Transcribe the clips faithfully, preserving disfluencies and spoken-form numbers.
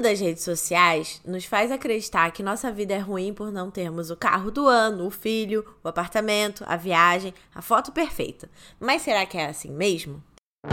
mundo das redes sociais nos faz acreditar que nossa vida é ruim por não termos o carro do ano, o filho, o apartamento, a viagem, a foto perfeita. Mas será que é assim mesmo?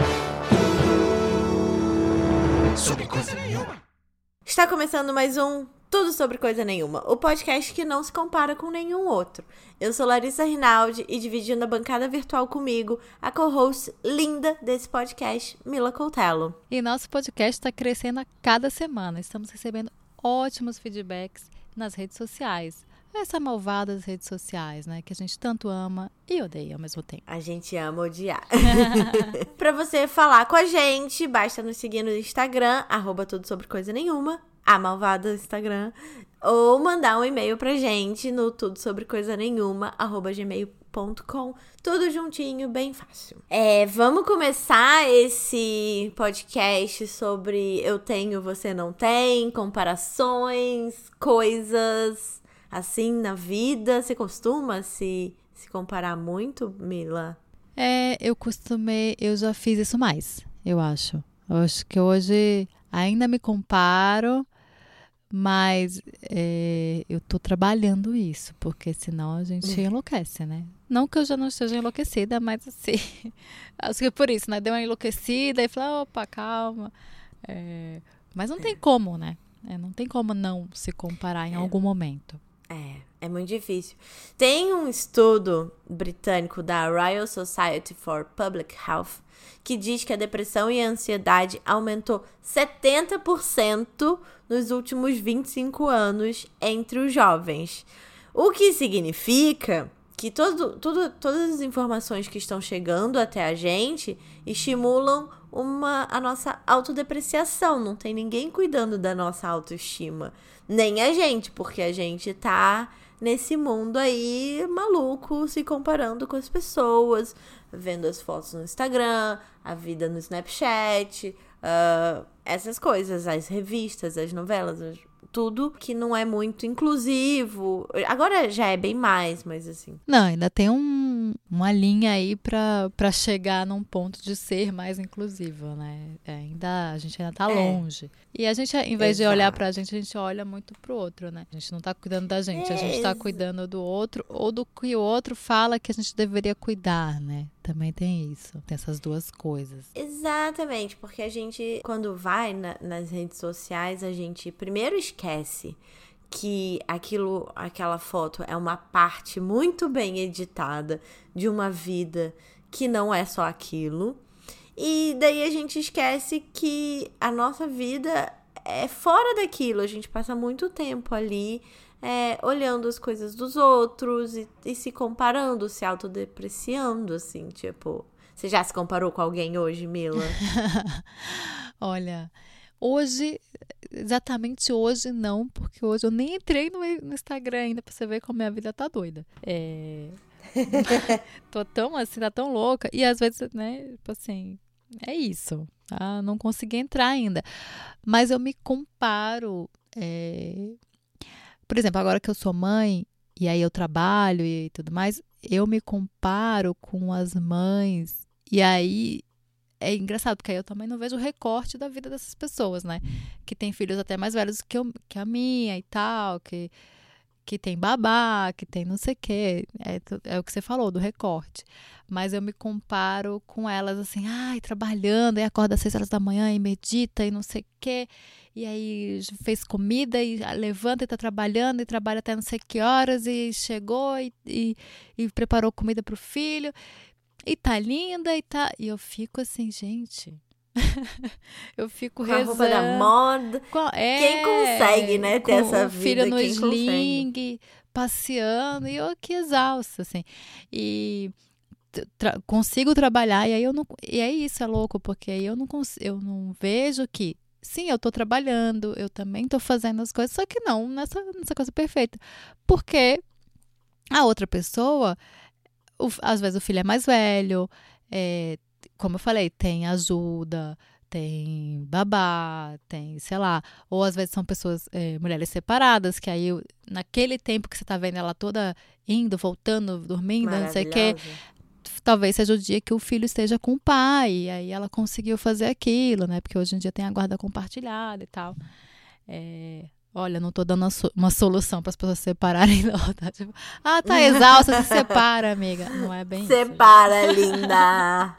Sobre coisa nenhuma. Está começando mais um Tudo Sobre Coisa Nenhuma, o podcast que não se compara com nenhum outro. Eu sou Larissa Rinaldi e dividindo a bancada virtual comigo, a co-host linda desse podcast, Mila Coutelo. E nosso podcast está crescendo a cada semana. Estamos recebendo ótimos feedbacks nas redes sociais. Essa malvada das redes sociais, né? Que a gente tanto ama e odeia ao mesmo tempo. A gente ama odiar. Pra você falar com a gente, basta nos seguir no Instagram, arroba tudo sobre coisa nenhuma, a malvada Instagram, ou mandar um e-mail pra gente no tudo sobre coisa nenhuma, arroba gmail ponto com, tudo juntinho, bem fácil. É, vamos começar esse podcast sobre eu tenho, você não tem, comparações, coisas assim na vida. Você costuma se, se comparar muito, Mila? É, eu costumei, eu já fiz isso mais, eu acho. Eu acho que hoje ainda me comparo, mas é, eu tô trabalhando isso, porque senão a gente enlouquece, né? Não que eu já não esteja enlouquecida, mas assim, acho que é por isso, né? Deu uma enlouquecida e falei, opa, calma. É, mas não tem como, né? É, não tem como não se comparar em é. algum momento. É, é muito difícil. Tem um estudo britânico da Royal Society for Public Health que diz que a depressão e a ansiedade aumentou setenta por cento nos últimos vinte e cinco anos entre os jovens. O que significa que todo, tudo, todas as informações que estão chegando até a gente estimulam uma, a nossa autodepreciação. Não tem ninguém cuidando da nossa autoestima. Nem a gente, porque a gente tá nesse mundo aí maluco, se comparando com as pessoas, vendo as fotos no Instagram, a vida no Snapchat, uh, essas coisas, as revistas, as novelas, tudo que não é muito inclusivo. Agora já é bem mais, mas assim... Não, ainda tem um, uma linha aí pra, pra chegar num ponto de ser mais inclusivo, né? É, ainda, a gente ainda tá é. longe. E a gente, em vez Exato. de olhar pra gente, a gente olha muito pro outro, né? A gente não tá cuidando da gente, é. a gente tá cuidando do outro, ou do que o outro fala que a gente deveria cuidar, né? Também tem isso, tem essas duas coisas. Exatamente, porque a gente, quando vai na, nas redes sociais, a gente primeiro esquece que aquilo, aquela foto é uma parte muito bem editada de uma vida que não é só aquilo. E daí a gente esquece que a nossa vida é fora daquilo. A gente passa muito tempo ali é, olhando as coisas dos outros e, e se comparando, se autodepreciando, assim, tipo... Você já se comparou com alguém hoje, Mila? Olha, hoje, exatamente hoje não, porque hoje eu nem entrei no, no Instagram ainda pra você ver como a minha vida tá doida. É... Tô tão assim, tá tão louca. E às vezes, né, tipo assim, é isso. Tá? Não consegui entrar ainda. Mas eu me comparo. É... Por exemplo, agora que eu sou mãe, e aí eu trabalho e tudo mais, eu me comparo com as mães. E aí é engraçado, porque aí eu também não vejo o recorte da vida dessas pessoas, né? Que tem filhos até mais velhos que, eu, que a minha e tal, que, que tem babá, que tem não sei o quê. É, é o que você falou, do recorte. Mas eu me comparo com elas assim, ai, trabalhando, e acorda às seis horas da manhã e medita e não sei o quê. E aí fez comida e levanta e tá trabalhando e trabalha até não sei que horas e chegou e, e, e preparou comida pro filho. E tá linda e tá... E eu fico assim, gente... eu fico com rezando... Com a roupa da moda. Com... É, quem consegue, né, ter essa vida? Filho no quem sling, consegue? Passeando. E eu aqui exausta, assim. E tra- consigo trabalhar. E aí eu não... E é isso, é louco. Porque aí eu não, cons... eu não vejo que... Sim, eu tô trabalhando. Eu também tô fazendo as coisas. Só que não nessa, nessa coisa perfeita. Porque a outra pessoa... O, às vezes o filho é mais velho, é, como eu falei, tem ajuda, tem babá, tem, sei lá, ou às vezes são pessoas, é, mulheres separadas, que aí naquele tempo que você tá vendo ela toda indo, voltando, dormindo, não sei o quê, talvez seja o dia que o filho esteja com o pai, e aí ela conseguiu fazer aquilo, né, porque hoje em dia tem a guarda compartilhada e tal. É, olha, não tô dando uma, so- uma solução para as pessoas se separarem, não. Tá? Tipo, ah, tá exausta, se separa, amiga. Não é bem isso. Separa, linda!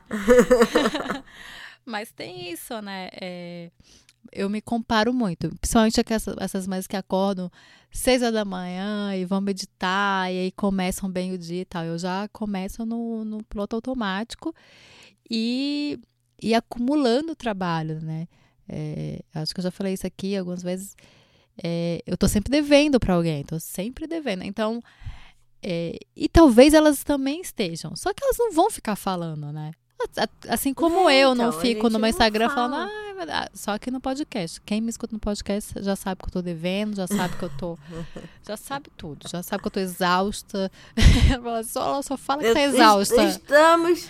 Mas tem isso, né? É, eu me comparo muito. Principalmente com essa- essas mães que acordam seis horas da manhã e vão meditar e aí começam bem o dia e tal. Eu já começo no, no piloto automático e, e acumulando trabalho, né? É, acho que eu já falei isso aqui algumas vezes. É, eu tô sempre devendo para alguém, tô sempre devendo. Então, é, e talvez elas também estejam. Só que elas não vão ficar falando, né? A- Assim como É, eu não então, a fico gente no meu não Instagram fala. falando, ah, é verdade. Só que no podcast. Quem me escuta no podcast já sabe que eu tô devendo, já sabe que eu tô. Já sabe tudo. Já sabe que eu tô exausta. Ela só, ela só fala que Eu- tá est- exausta. Estamos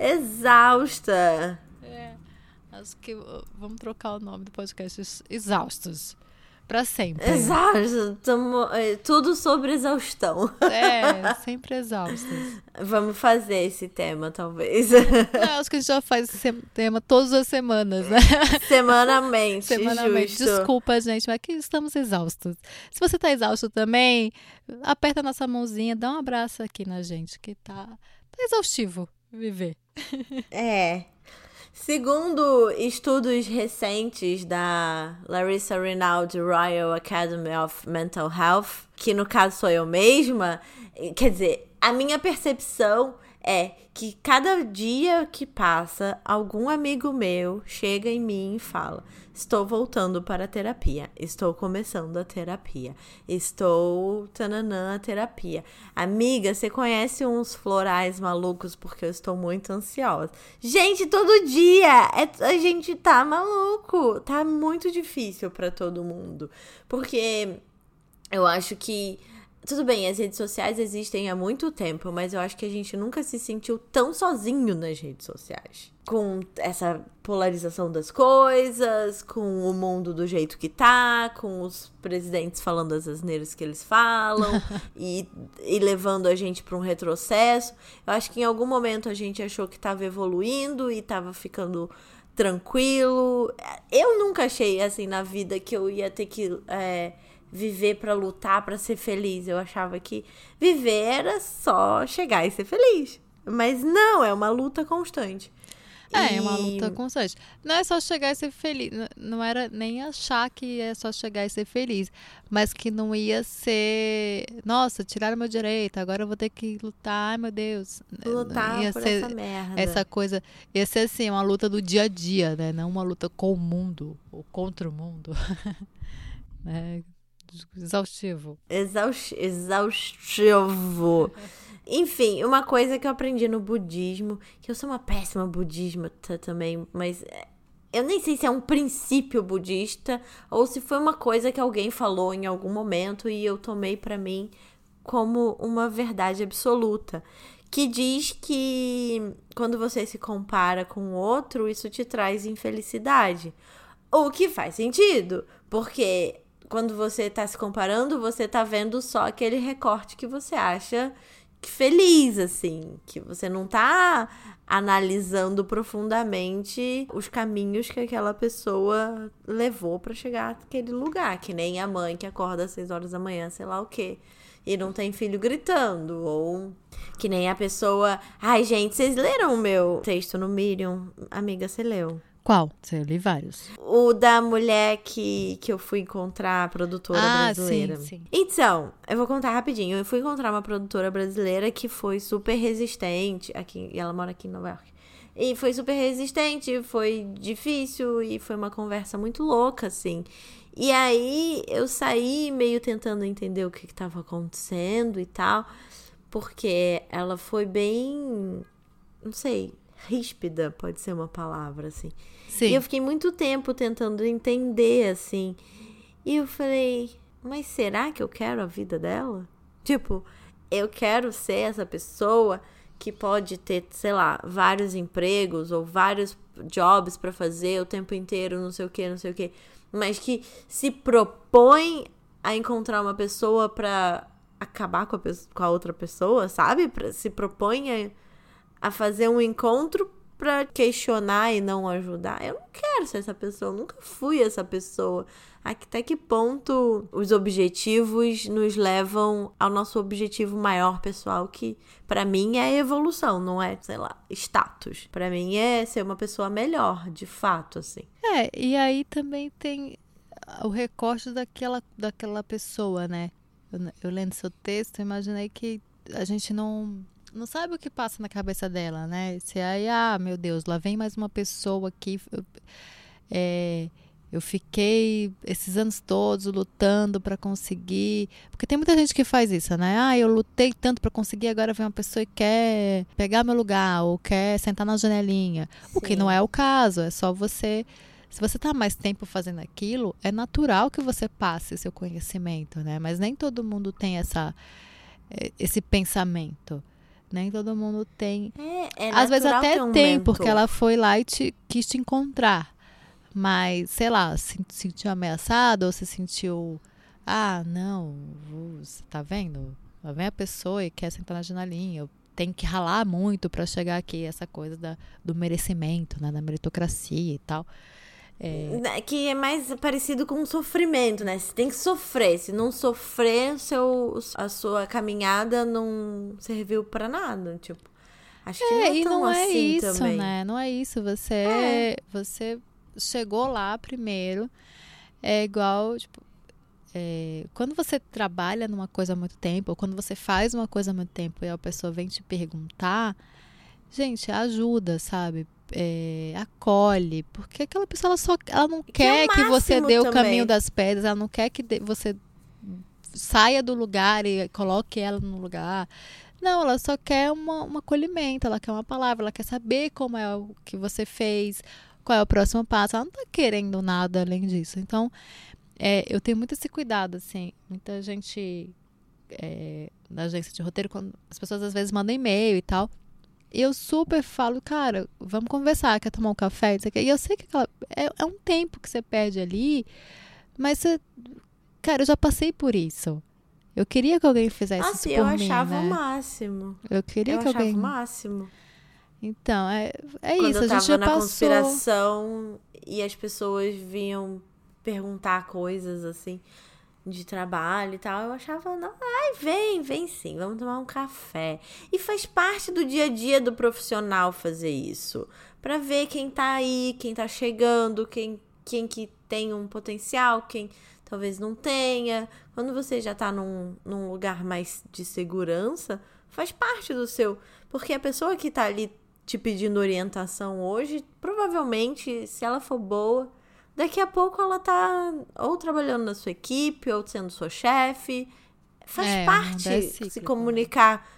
exausta. É, acho que uh, vamos trocar o nome do podcast. ex- Exaustos. Pra sempre. Exausta. Tamo- é, tudo sobre exaustão. É, sempre exaustas. Vamos fazer esse tema, talvez. Não, acho que a gente já faz esse tema todas as semanas, né? Semanamente, Semanalmente. justo. Desculpa, gente, mas aqui estamos exaustos. Se você tá exausto também, aperta a nossa mãozinha, dá um abraço aqui na gente, que tá, tá exaustivo viver. É. Segundo estudos recentes da Larissa Rinaldi Royal Academy of Mental Health, que no caso sou eu mesma, quer dizer, a minha percepção é que cada dia que passa, algum amigo meu chega em mim e fala: estou voltando para a terapia, estou começando a terapia, estou tananã a terapia. Amiga, você conhece uns florais malucos porque eu estou muito ansiosa. Gente, todo dia é, a gente tá maluco, tá muito difícil para todo mundo, porque eu acho que tudo bem, as redes sociais existem há muito tempo, mas eu acho que a gente nunca se sentiu tão sozinho nas redes sociais. Com essa polarização das coisas, com o mundo do jeito que tá, com os presidentes falando as asneiras que eles falam e, e levando a gente para um retrocesso. Eu acho que em algum momento a gente achou que tava evoluindo e tava ficando tranquilo. Eu nunca achei, assim, na vida que eu ia ter que... É, viver pra lutar, pra ser feliz. Eu achava que viver era só chegar e ser feliz. Mas não, é uma luta constante. É, E- é uma luta constante. Não é só chegar e ser feliz. n- Não era nem achar que é só chegar e ser feliz. Mas que não ia ser. Nossa, tiraram meu direito, agora eu vou ter que lutar. Ai, meu Deus. lutar Ia por ser essa merda. essa coisa. Ia ser assim, uma luta do dia a dia, né? Não uma luta com o mundo ou contra o mundo. né? Exaustivo. Exaus- exaustivo. Enfim, uma coisa que eu aprendi no budismo, que eu sou uma péssima budista também, mas é, eu nem sei se é um princípio budista ou se foi uma coisa que alguém falou em algum momento e eu tomei pra mim como uma verdade absoluta, que diz que quando você se compara com o outro, isso te traz infelicidade. O que faz sentido, porque quando você tá se comparando, você tá vendo só aquele recorte que você acha que feliz, assim, que você não tá analisando profundamente os caminhos que aquela pessoa levou pra chegar àquele lugar, que nem a mãe que acorda às seis horas da manhã, sei lá o quê, e não tem filho gritando, ou que nem a pessoa... Ai, gente, vocês leram o meu texto no Medium? Amiga, você leu? Qual? Eu li vários. O da mulher que, que eu fui encontrar, a produtora Ah, brasileira. sim, sim. Então, eu vou contar rapidinho. Eu fui encontrar uma produtora brasileira que foi super resistente. Aqui, e ela mora aqui em Nova York. E foi super resistente, foi difícil e foi uma conversa muito louca, assim. E aí eu saí meio tentando entender o que estava acontecendo e tal. Porque ela foi bem... Não sei... ríspida, pode ser uma palavra, assim. Sim. E eu fiquei muito tempo tentando entender, assim. E eu falei, mas será que eu quero a vida dela? Tipo, eu quero ser essa pessoa que pode ter, sei lá, vários empregos ou vários jobs pra fazer o tempo inteiro, não sei o que, não sei o que, mas que se propõe a encontrar uma pessoa pra acabar com a, pe- com a outra pessoa, sabe? Pra, se propõe a a fazer um encontro pra questionar e não ajudar. Eu não quero ser essa pessoa, eu nunca fui essa pessoa. Até que ponto os objetivos nos levam ao nosso objetivo maior pessoal, que pra mim é evolução, não é, sei lá, status. Pra mim é ser uma pessoa melhor, de fato, assim. É, e aí também tem o recorte daquela, daquela pessoa, né? Eu, eu lendo seu texto, eu imaginei que a gente não... não sabe o que passa na cabeça dela, né? Se aí, ah, meu Deus, lá vem mais uma pessoa aqui. Eu, é, eu fiquei esses anos todos lutando para conseguir. Porque tem muita gente que faz isso, né? Ah, eu lutei tanto para conseguir, agora vem uma pessoa e quer pegar meu lugar, ou quer sentar na janelinha. Sim. O que não é o caso, é só você... Se você está mais tempo fazendo aquilo, é natural que você passe seu conhecimento, né? Mas nem todo mundo tem essa, esse pensamento. Nem todo mundo tem. É, é Às vezes até um tem, mentor. Porque ela foi lá e te, quis te encontrar. Mas, sei lá, se sentiu ameaçado ou se sentiu... Ah, não, você tá vendo? Lá vem a pessoa e quer sentar na janelinha. Eu tenho que ralar muito para chegar aqui. Essa coisa da, do merecimento, né? Da meritocracia e tal. É... Que é mais parecido com o sofrimento, né? Você tem que sofrer. Se não sofrer, seu, a sua caminhada não serviu pra nada. Tipo, acho que é, não é e tão não é assim isso, também. né? Não é isso. Você, é. você chegou lá primeiro. É igual, tipo, é, quando você trabalha numa coisa há muito tempo, ou quando você faz uma coisa há muito tempo e a pessoa vem te perguntar, gente, ajuda, sabe? É, acolhe, porque aquela pessoa ela só ela não que quer é que você dê também. o caminho das pedras, ela não quer que de, você saia do lugar e coloque ela no lugar. Não, ela só quer uma, um acolhimento, ela quer uma palavra, ela quer saber como é o que você fez, qual é o próximo passo. Ela não tá querendo nada além disso. Então, é, eu tenho muito esse cuidado, assim. Muita gente é, na agência de roteiro, quando as pessoas às vezes mandam e-mail e tal. Eu super falo, cara, vamos conversar, quer tomar um café? Isso aqui. E eu sei que aquela, é, é um tempo que você perde ali, mas você, cara, eu já passei por isso. Eu queria que alguém fizesse Nossa, isso por eu mim, achava né? o máximo. Eu queria eu que achava alguém... o máximo. Então, é, é Quando isso, eu a tava gente já na passou... conspiração e as pessoas vinham perguntar coisas assim de trabalho e tal, eu achava, não, ai, vem, vem sim, vamos tomar um café. E faz parte do dia a dia do profissional fazer isso, pra ver quem tá aí, quem tá chegando, quem, quem que tem um potencial, quem talvez não tenha. Quando você já tá num, num lugar mais de segurança, faz parte do seu... Porque a pessoa que tá ali te pedindo orientação hoje, provavelmente, se ela for boa, daqui a pouco ela tá ou trabalhando na sua equipe, ou sendo sua chefe. Faz é, parte é se comunicar.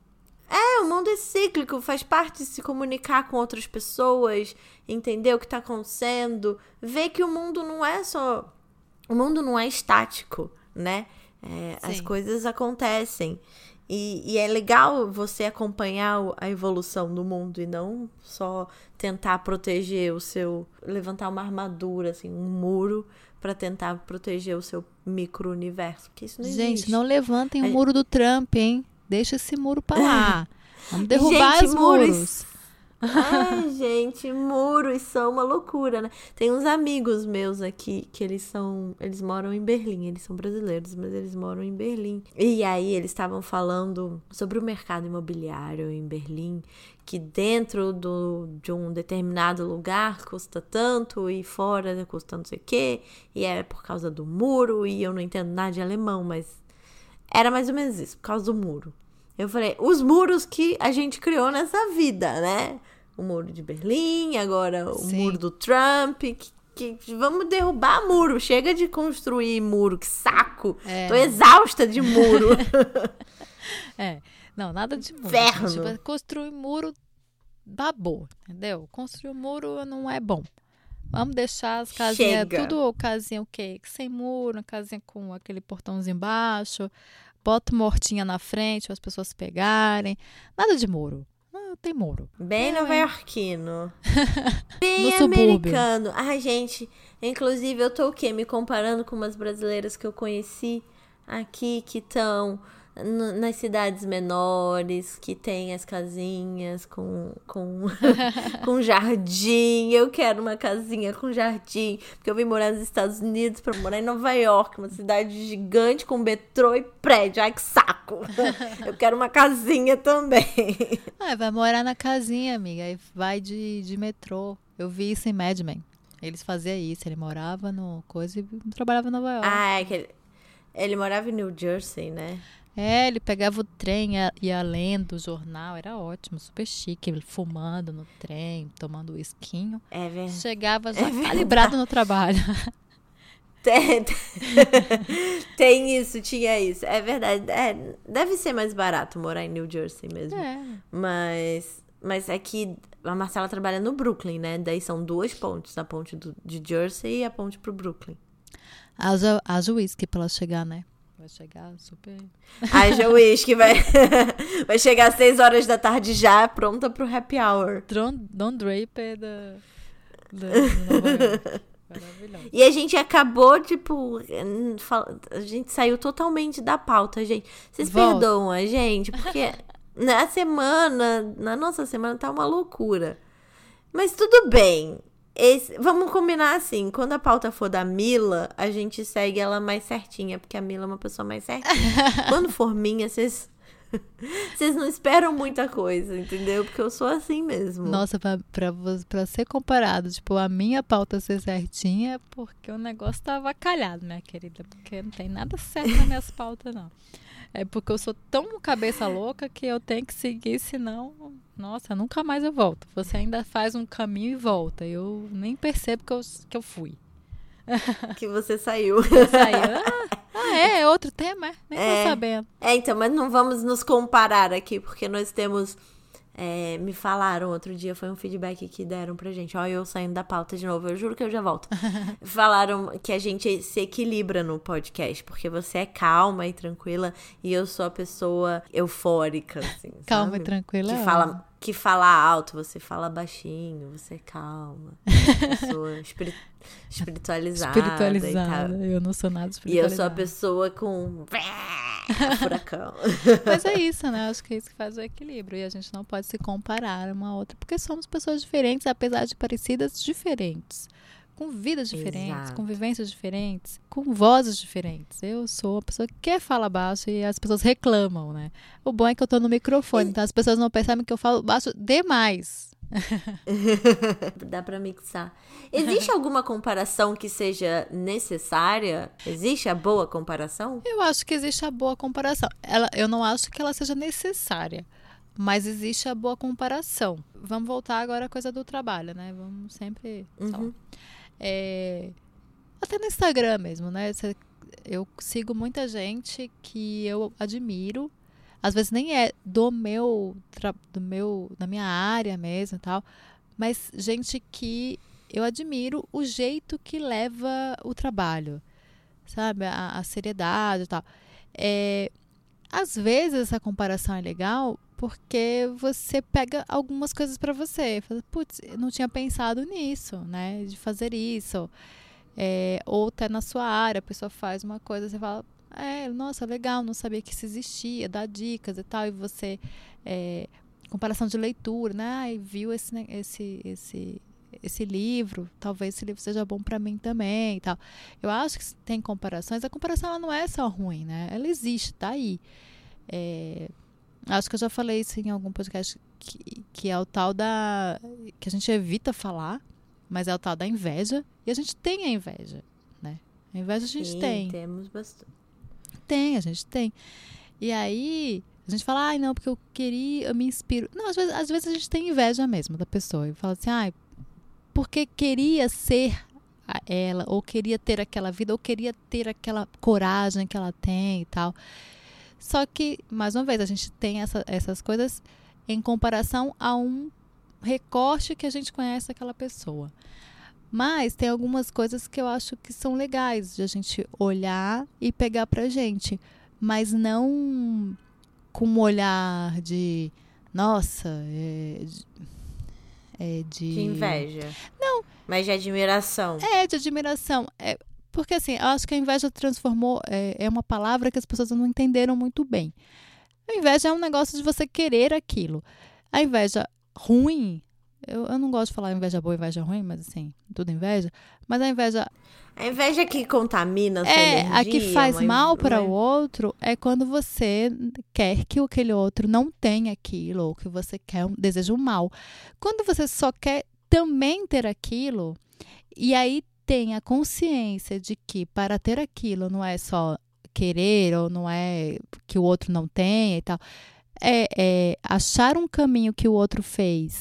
É, o mundo é cíclico, faz parte de se comunicar com outras pessoas, entender o que tá acontecendo, ver que o mundo não é só... O mundo não é estático, né? É, as coisas acontecem. E, e é legal você acompanhar a evolução do mundo e não só tentar proteger o seu... Levantar uma armadura, assim, um muro para tentar proteger o seu micro-universo. Porque isso não Gente, existe. não levantem o a... muro do Trump, hein? Deixa esse muro pra lá. Vamos derrubar gente, os muros... muros. Ai, gente, muros são uma loucura, né? Tem uns amigos meus aqui que eles são... Eles moram em Berlim, eles são brasileiros, mas eles moram em Berlim. E aí eles estavam falando sobre o mercado imobiliário em Berlim, que dentro do, de um determinado lugar custa tanto e fora custa não sei o quê, e é por causa do muro, e eu não entendo nada de alemão, mas era mais ou menos isso, por causa do muro. Eu falei, os muros que a gente criou nessa vida, né? O muro de Berlim, agora o Sim. muro do Trump. Que, que, vamos derrubar muro. Chega de construir muro, que saco. É. Tô exausta de muro. É, não, nada de muro. Inferno. Gente, construir muro, babou, entendeu? Construir muro não é bom. Vamos deixar as casinhas, Chega. tudo casinha o quê? Sem muro, casinha com aquele portãozinho embaixo. Bota uma hortinha na frente para as pessoas pegarem. Nada de muro. Não tem muro. Bem é, nova-iorquino. Bem no americano. Subúrbio. Ai, gente. Inclusive, eu tô o quê? Me comparando com umas brasileiras que eu conheci aqui, que estão no, nas cidades menores, que tem as casinhas com, com, com jardim. Eu quero uma casinha com jardim, porque eu vim morar nos Estados Unidos pra morar em Nova York, uma cidade gigante com metrô e prédio. Ai, que saco! Eu quero uma casinha também. Ah, vai morar na casinha, amiga, aí vai de, de metrô. Eu vi isso em Mad Men. Eles faziam isso, ele morava no coisa e trabalhava em Nova York. Ah, é que ele, ele morava em New Jersey, né? É, ele pegava o trem, ia, ia lendo o jornal, era ótimo, super chique, ele fumando no trem, tomando uisquinho. É verdade. Chegava já É calibrado no trabalho. Tem, tem isso, tinha isso. É verdade. É, deve ser mais barato morar em New Jersey mesmo. É. Mas, mas é que a Marcela trabalha no Brooklyn, né? Daí são duas pontes, a ponte do, de Jersey e a ponte pro Brooklyn. Haja, haja uísque pra ela chegar, né? Vai chegar super... Haja uísque, vai, vai chegar às seis horas da tarde já, pronta pro happy hour. Don, Don Draper da, da Nova York. Maravilhoso. E a gente acabou, tipo, a gente saiu totalmente da pauta, gente. Vocês Volta. perdoam a gente, porque na semana, na nossa semana tá uma loucura. Mas tudo bem. Esse, vamos combinar assim, quando a pauta for da Mila, a gente segue ela mais certinha, porque a Mila é uma pessoa mais certinha. Quando for minha, vocês... Vocês não esperam muita coisa, entendeu? Porque eu sou assim mesmo. Nossa, pra, pra, pra ser comparado, tipo, a minha pauta ser certinha é porque o negócio tá avacalhado, minha querida. Porque não tem nada certo nas minhas pautas, não. É porque eu sou tão cabeça louca que eu tenho que seguir, senão... Nossa, nunca mais eu volto. Você ainda faz um caminho e volta. Eu nem percebo que eu, que eu fui. Que você saiu. Eu saí. Ah, ah, é? É outro tema? Nem é, tô sabendo. É, então, mas não vamos nos comparar aqui, porque nós temos... É, me falaram outro dia, foi um feedback que deram pra gente. Ó, eu saindo da pauta de novo, eu juro que eu já volto. Falaram que a gente se equilibra no podcast, porque você é calma e tranquila e eu sou a pessoa eufórica, assim, calma sabe? e tranquila. Que fala, que fala alto, você fala baixinho, você é calma. Pessoa espiri- espiritualizada. Espiritualizada. E tal. Eu não sou nada E espiritualizada. eu sou a pessoa com... furacão. Mas é isso, né? Acho que é isso que faz o equilíbrio. E a gente não pode se comparar uma a outra, porque somos pessoas diferentes, apesar de parecidas, diferentes. Com vidas diferentes, Exato. com vivências diferentes, com vozes diferentes. Eu sou uma pessoa que quer falar baixo e as pessoas reclamam, né? O bom é que eu tô no microfone, então as pessoas não percebem que eu falo baixo demais. Dá pra mixar. Existe alguma comparação que seja necessária? Existe a boa comparação? Eu acho que existe a boa comparação. Ela, eu não acho que ela seja necessária, mas existe a boa comparação. Vamos voltar agora à coisa do trabalho, né? Vamos sempre... Uhum. É, até no Instagram mesmo, né? Eu sigo muita gente que eu admiro. Às vezes nem é do meu, do meu, da minha área mesmo e tal, mas gente que eu admiro o jeito que leva o trabalho, sabe? A, a seriedade e tal. É, às vezes essa comparação é legal porque você pega algumas coisas para você. Fala, putz, eu não tinha pensado nisso, né? De fazer isso. É, ou até na sua área, a pessoa faz uma coisa, você fala... É, nossa, legal, não sabia que isso existia, dá dicas e tal, e você, é, comparação de leitura, né, ai, viu esse, esse, esse, esse livro, talvez esse livro seja bom pra mim também e tal. Eu acho que tem comparações, a comparação ela não é só ruim, né, ela existe, tá aí. É, acho que eu já falei isso em algum podcast, que, que é o tal da, que a gente evita falar, mas é o tal da inveja, e a gente tem a inveja, né, a inveja a gente Sim, tem. temos bastante. Tem, a gente tem. E aí, a gente fala, ai, não, porque eu queria, eu me inspiro. Não, às vezes, às vezes a gente tem inveja mesmo da pessoa. E fala assim, ai, porque queria ser ela, ou queria ter aquela vida, ou queria ter aquela coragem que ela tem e tal. Só que, mais uma vez, a gente tem essa, essas coisas em comparação a um recorte que a gente conhece daquela pessoa. Mas tem algumas coisas que eu acho que são legais de a gente olhar e pegar pra gente. Mas não com um olhar de... Nossa, é de... É de... De inveja. Não. Mas de admiração. É, de admiração. É, Porque, assim, eu acho que a inveja transformou... É, é uma palavra que as pessoas não entenderam muito bem. A inveja é um negócio de você querer aquilo. A inveja ruim... Eu, eu não gosto de falar inveja boa e inveja ruim, mas, assim, tudo inveja. Mas a inveja... A inveja que contamina a sua é, energia. A que faz mas, mal para mas... o outro é quando você quer que aquele outro não tenha aquilo, ou que você quer, deseja o mal. Quando você só quer também ter aquilo, e aí tem a consciência de que para ter aquilo não é só querer, ou não é que o outro não tenha e tal, é, é achar um caminho que o outro fez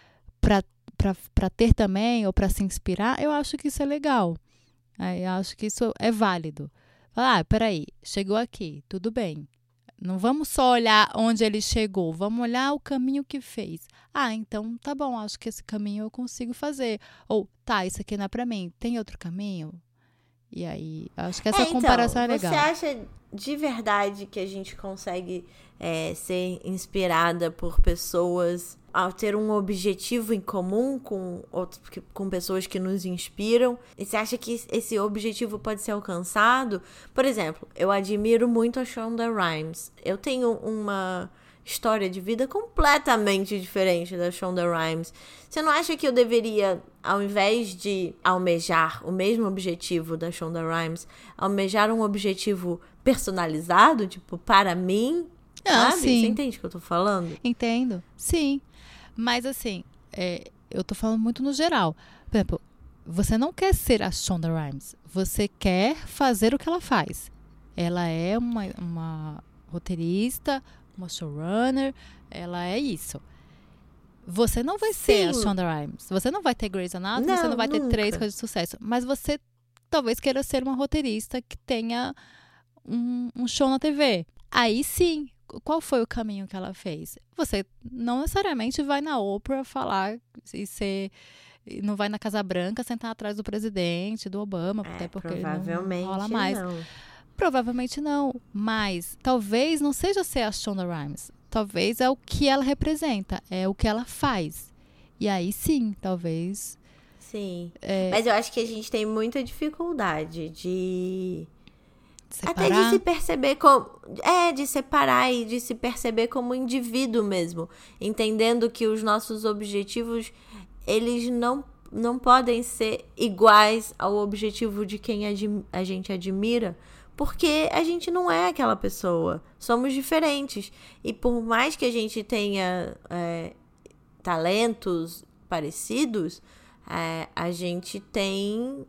para ter também, ou para se inspirar, eu acho que isso é legal. Eu acho que isso é válido. Ah, peraí, chegou aqui, tudo bem. Não vamos só olhar onde ele chegou, vamos olhar o caminho que fez. Ah, então tá bom, acho que esse caminho eu consigo fazer. Ou, tá, isso aqui não é pra mim, tem outro caminho? E aí, acho que essa é, comparação então, é legal. Você acha de verdade que a gente consegue é, ser inspirada por pessoas ao ter um objetivo em comum com, outros, com pessoas que nos inspiram? E você acha que esse objetivo pode ser alcançado? Por exemplo, eu admiro muito a Shonda Rhimes. Eu tenho uma história de vida completamente diferente da Shonda Rhimes. Você não acha que eu deveria, ao invés de almejar o mesmo objetivo da Shonda Rhimes, almejar um objetivo personalizado, tipo, para mim? Não, sabe? sim. Você entende o que eu tô falando? Entendo, sim. Mas, assim, é, eu tô falando muito no geral. Por exemplo, você não quer ser a Shonda Rhimes. Você quer fazer o que ela faz. Ela é uma, uma roteirista, uma showrunner. Ela é isso. Você não vai Sim. ser a Shonda Rhimes. Você não vai ter Grey's Anatomy, Não, você não vai ter nunca. três coisas de sucesso. Mas você talvez queira ser uma roteirista que tenha um, um show na T V. Aí sim. Qual foi o caminho que ela fez? Você não necessariamente vai na Oprah falar e ser... Não vai na Casa Branca sentar atrás do presidente, do Obama, É, até porque provavelmente não rola mais. não. Provavelmente não. Mas talvez não seja ser a Shonda Rhimes. Talvez é o que ela representa, é o que ela faz. E aí sim, talvez... Sim. É... Mas eu acho que a gente tem muita dificuldade de... Separar. Até de se perceber como... É, de separar e de se perceber como indivíduo mesmo. Entendendo que os nossos objetivos, eles não, não podem ser iguais ao objetivo de quem a gente admira. Porque a gente não é aquela pessoa. Somos diferentes. E por mais que a gente tenha é, talentos parecidos, é, a gente tem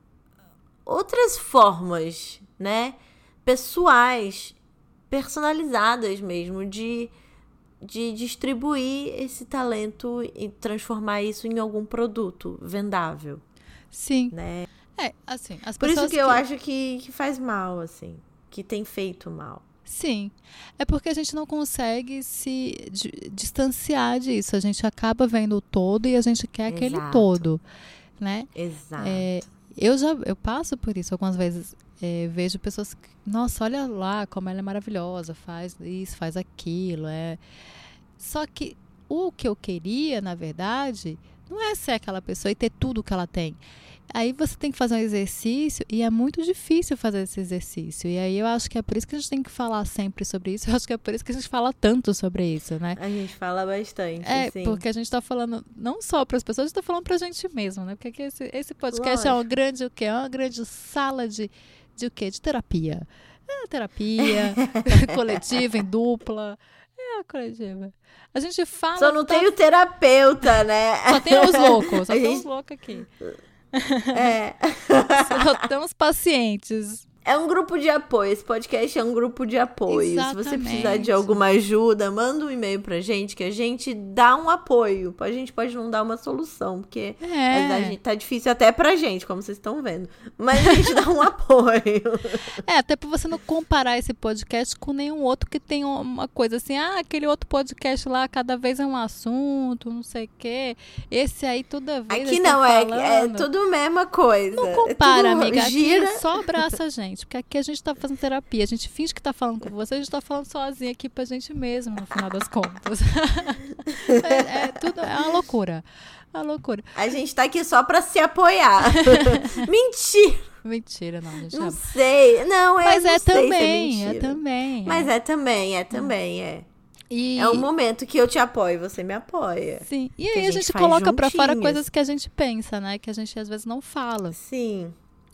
outras formas, né, pessoais, personalizadas mesmo, de, de distribuir esse talento e transformar isso em algum produto vendável. Sim. Né? É, assim, as Por pessoas isso que, que eu acho que, que faz mal, assim, que tem feito mal. Sim, é porque a gente não consegue se d- distanciar disso, a gente acaba vendo o todo e a gente quer Exato. aquele todo, né? Exato. É, eu já eu passo por isso algumas vezes, é, vejo pessoas que, nossa, olha lá como ela é maravilhosa, faz isso, faz aquilo, é... Só que o que eu queria, na verdade, não é ser aquela pessoa e ter tudo que ela tem. Aí você tem que fazer um exercício e é muito difícil fazer esse exercício. E aí eu acho que é por isso que a gente tem que falar sempre sobre isso. Eu acho que é por isso que a gente fala tanto sobre isso, né? A gente fala bastante, É, sim. porque a gente tá falando não só para as pessoas, a gente tá falando pra gente mesmo, né? Porque aqui esse, esse podcast Lógico. é uma grande o quê? É uma grande sala de, de o quê? De terapia. É terapia, coletiva, em dupla. É a coletiva. A gente fala... Só não tá... tem o terapeuta, né? Só tem os loucos, só A tem gente... os loucos aqui. É. Só tem os pacientes. É um grupo de apoio. Esse podcast é um grupo de apoio. Exatamente. Se você precisar de alguma ajuda, manda um e-mail pra gente que a gente dá um apoio. A gente pode não dar uma solução, porque É. a gente, tá difícil até pra gente, como vocês estão vendo. Mas a gente dá um apoio. É, até pra você não comparar esse podcast com nenhum outro que tem uma coisa assim, ah, aquele outro podcast lá, cada vez é um assunto, não sei o quê. Esse aí toda vez... Aqui eles não, tão é, falando. é tudo a mesma coisa. Não compara, é tudo amiga. gira. Aqui só abraça a gente. Porque aqui a gente tá fazendo terapia. A gente finge que tá falando com você, a gente tá falando sozinha aqui pra gente mesmo, no final das contas. é, é tudo, é uma loucura. É A loucura. A gente tá aqui só pra se apoiar. Mentira! Mentira, não, gente. Não sei. Não, é, Mas não é sei também, se é, é também. Mas é também, é também, é. E... É um momento que eu te apoio, você me apoia. Sim. E aí a a gente gente, faz coloca pra fora juntinhas. coisas que a gente pensa, né? Que a gente às vezes não fala. Sim.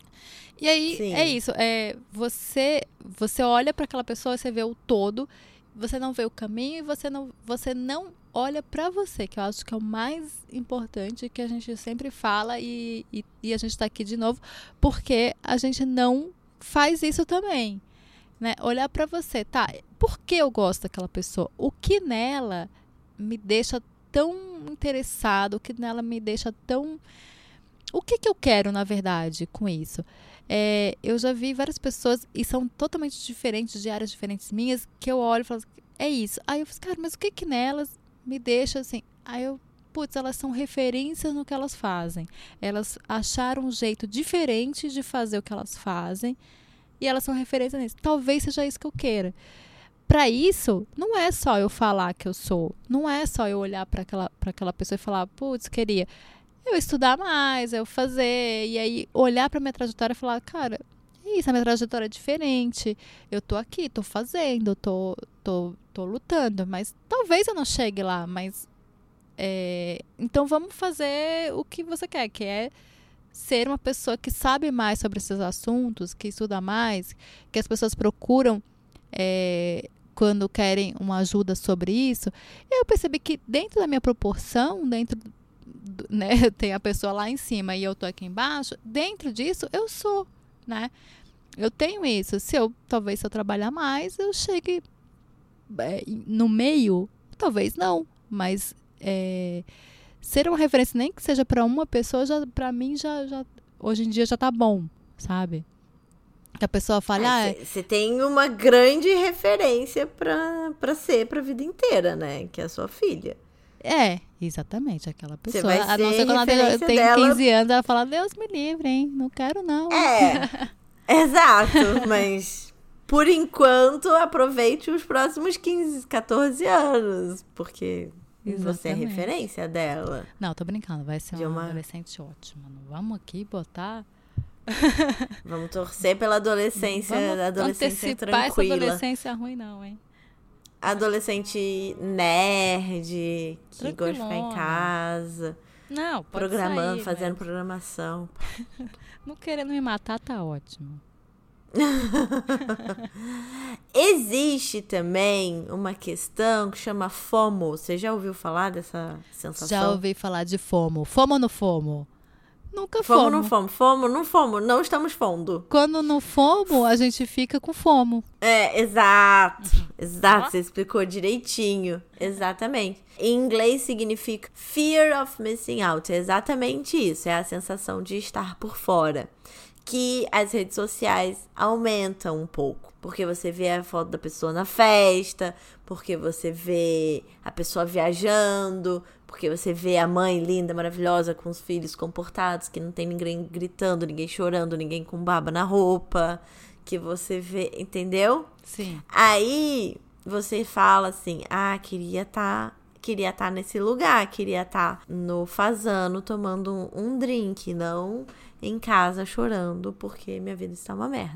E aí, Sim. é isso. É, você, você olha pra aquela pessoa, você vê o todo, você não vê o caminho e você não, você não olha pra você, que eu acho que é o mais importante, que a gente sempre fala e, e, e a gente tá aqui de novo, porque a gente não faz isso também, né? Olhar pra você, tá? Por que eu gosto daquela pessoa? O que nela me deixa tão interessado? O que nela me deixa tão... O que que eu quero, na verdade, com isso? É, eu já vi várias pessoas, e são totalmente diferentes, de áreas diferentes minhas, que eu olho e falo, é isso. Aí eu falo, cara, mas o que que nelas me deixa assim? Aí eu, putz, elas são referências no que elas fazem. Elas acharam um jeito diferente de fazer o que elas fazem, e elas são referências nisso. Talvez seja isso que eu queira. Para isso, não é só eu falar que eu sou, não é só eu olhar para aquela, para aquela pessoa e falar, putz, queria... Eu estudar mais, eu fazer, e aí olhar pra minha trajetória e falar, cara, é isso, a minha trajetória é diferente, eu tô aqui, tô fazendo, tô, tô, tô lutando, mas talvez eu não chegue lá, mas é, então vamos fazer o que você quer, que é ser uma pessoa que sabe mais sobre esses assuntos, que estuda mais, que as pessoas procuram é, quando querem uma ajuda sobre isso. E eu percebi que dentro da minha proporção, dentro né, tem a pessoa lá em cima e eu tô aqui embaixo, dentro disso eu sou, né? Eu tenho isso. Se eu, talvez se eu trabalhar mais, eu chegue é, no meio, talvez não, mas é, ser uma referência, nem que seja para uma pessoa, já, para mim já, já, hoje em dia já tá bom, sabe? Que a pessoa fala, Você é, tem uma grande referência pra, pra ser pra vida inteira, né? Que é a sua filha. É, exatamente, aquela pessoa. Você vai a não ser quando ela tem, tem dela... quinze anos, ela fala, Deus me livre, hein? Não quero, não. É, exato, mas por enquanto aproveite os próximos quinze, catorze anos, porque exatamente. Você é referência dela. Não, tô brincando, vai ser De uma, uma adolescente ótima. Não vamos aqui botar... Vamos torcer pela adolescência, vamos adolescência tranquila. Essa adolescência ruim não, hein? Adolescente nerd, que gosta de ficar em casa. Não, pode programando, sair, fazendo mas... programação. Não querendo me matar, tá ótimo. Existe também uma questão que chama FOMO. Você já ouviu falar dessa sensação? Já ouvi falar de FOMO. FOMO ou no FOMO? Nunca FOMO. FOMO. Não FOMO. FOMO, não FOMO. Não estamos FOMO. Quando no FOMO, a gente fica com FOMO. É, exato. Exato, você explicou direitinho. Exatamente. Em inglês significa fear of missing out. É exatamente isso. É a sensação de estar por fora. Que as redes sociais aumentam um pouco. Porque você vê a foto da pessoa na festa, porque você vê a pessoa viajando, porque você vê a mãe linda, maravilhosa, com os filhos comportados, que não tem ninguém gritando, ninguém chorando, ninguém com baba na roupa, que você vê, entendeu? Sim. Aí você fala assim, ah, queria estar... Queria estar nesse lugar, queria estar no fazano tomando um, um drink, não em casa chorando porque minha vida está uma merda.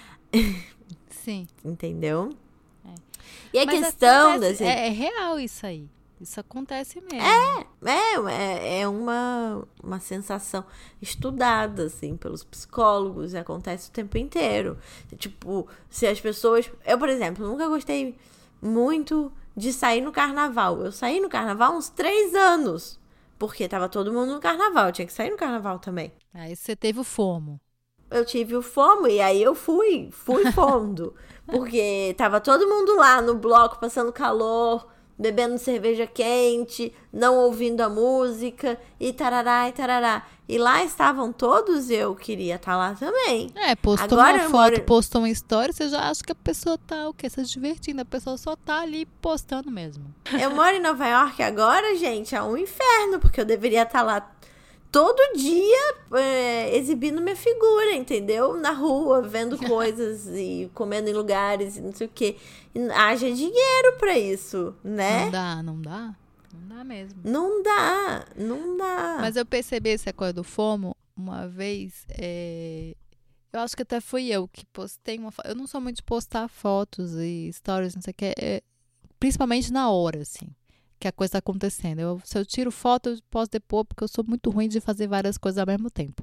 Sim. Entendeu? É. E a Mas questão... acontece, desse... é, é real isso aí. Isso acontece mesmo. É, é, é uma, uma sensação estudada, assim, pelos psicólogos, e acontece o tempo inteiro. Tipo, se as pessoas... Eu, por exemplo, nunca gostei muito de sair no carnaval. Eu saí no carnaval há uns três anos, porque tava todo mundo no carnaval, eu tinha que sair no carnaval também. Aí você teve o FOMO. Eu tive o FOMO e aí eu fui, fui fundo, porque tava todo mundo lá no bloco passando calor, bebendo cerveja quente, não ouvindo a música, e tarará, e tarará. E lá estavam todos, eu queria estar lá também. É, postou Agora uma eu foto, moro... postou uma história, você já acha que a pessoa tá o quê? Se divertindo, a pessoa só tá ali postando mesmo. Eu moro em Nova York agora, gente, é um inferno, porque eu deveria estar lá todo dia é, exibindo minha figura, entendeu? Na rua, vendo coisas e comendo em lugares e não sei o quê. E haja dinheiro pra isso, né? Não dá, não dá. Não dá mesmo. Não dá, não dá. Mas eu percebi essa coisa do FOMO uma vez. É... Eu acho que até fui eu que postei uma foto. Eu não sou muito de postar fotos e stories, não sei o que. É... Principalmente na hora, assim, que a coisa tá acontecendo. Eu, se eu tiro foto, eu posto depois, porque eu sou muito ruim de fazer várias coisas ao mesmo tempo.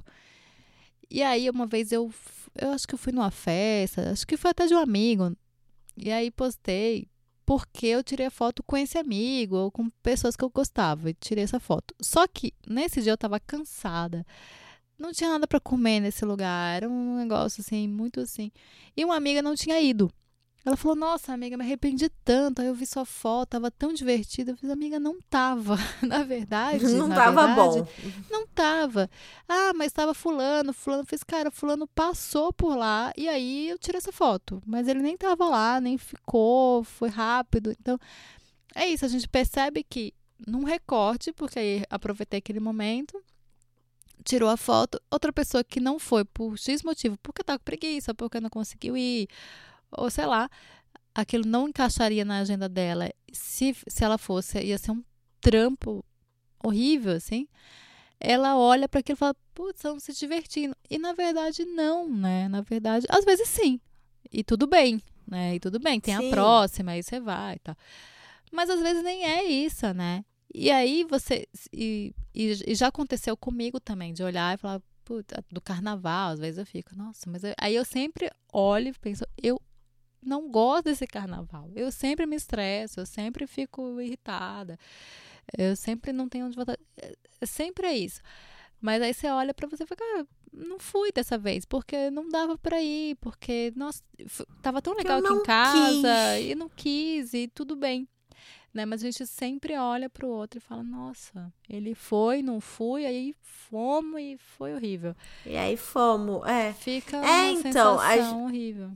E aí, uma vez eu, eu acho que eu fui numa festa, acho que foi até de um amigo. E aí postei porque eu tirei a foto com esse amigo ou com pessoas que eu gostava. E tirei essa foto. Só que nesse dia eu tava cansada. Não tinha nada pra comer nesse lugar. Era um negócio assim, muito assim. E uma amiga não tinha ido. Ela falou, nossa, amiga, me arrependi tanto. Aí eu vi sua foto, tava tão divertida. Eu fiz, amiga, não tava. Na verdade, Não na tava verdade, bom. não tava. Ah, mas tava fulano, fulano. Eu fiz, cara, fulano passou por lá. E aí eu tirei essa foto. Mas ele nem tava lá, nem ficou, foi rápido. Então, é isso. A gente percebe que num recorte, porque aí aproveitei aquele momento, tirou a foto. Outra pessoa que não foi por X motivo, porque tava com preguiça, porque não conseguiu ir, ou sei lá, aquilo não encaixaria na agenda dela. Se, se ela fosse, ia ser um trampo horrível, assim. Ela olha para aquilo e fala, putz, estão se divertindo. E na verdade, não, né? Na verdade, às vezes sim. E tudo bem, né? E tudo bem, tem Sim. a próxima, aí você vai e tal. Mas às vezes nem é isso, né? E aí você. E, e, e já aconteceu comigo também, de olhar e falar, putz, do carnaval, às vezes eu fico, nossa, mas eu, aí eu sempre olho e penso, eu não gosto desse carnaval. Eu sempre me estresso, eu sempre fico irritada. Eu sempre não tenho onde voltar. É, sempre é isso. Mas aí você olha pra você e fala, cara, não fui dessa vez, porque não dava pra ir, porque, nossa, f- tava tão legal aqui em casa, quis. e não quis, e tudo bem. Né? Mas a gente sempre olha pro outro e fala, nossa, ele foi, não fui, aí fomos e foi horrível. E aí fomos, é. Fica É, uma então, a sensação horrível.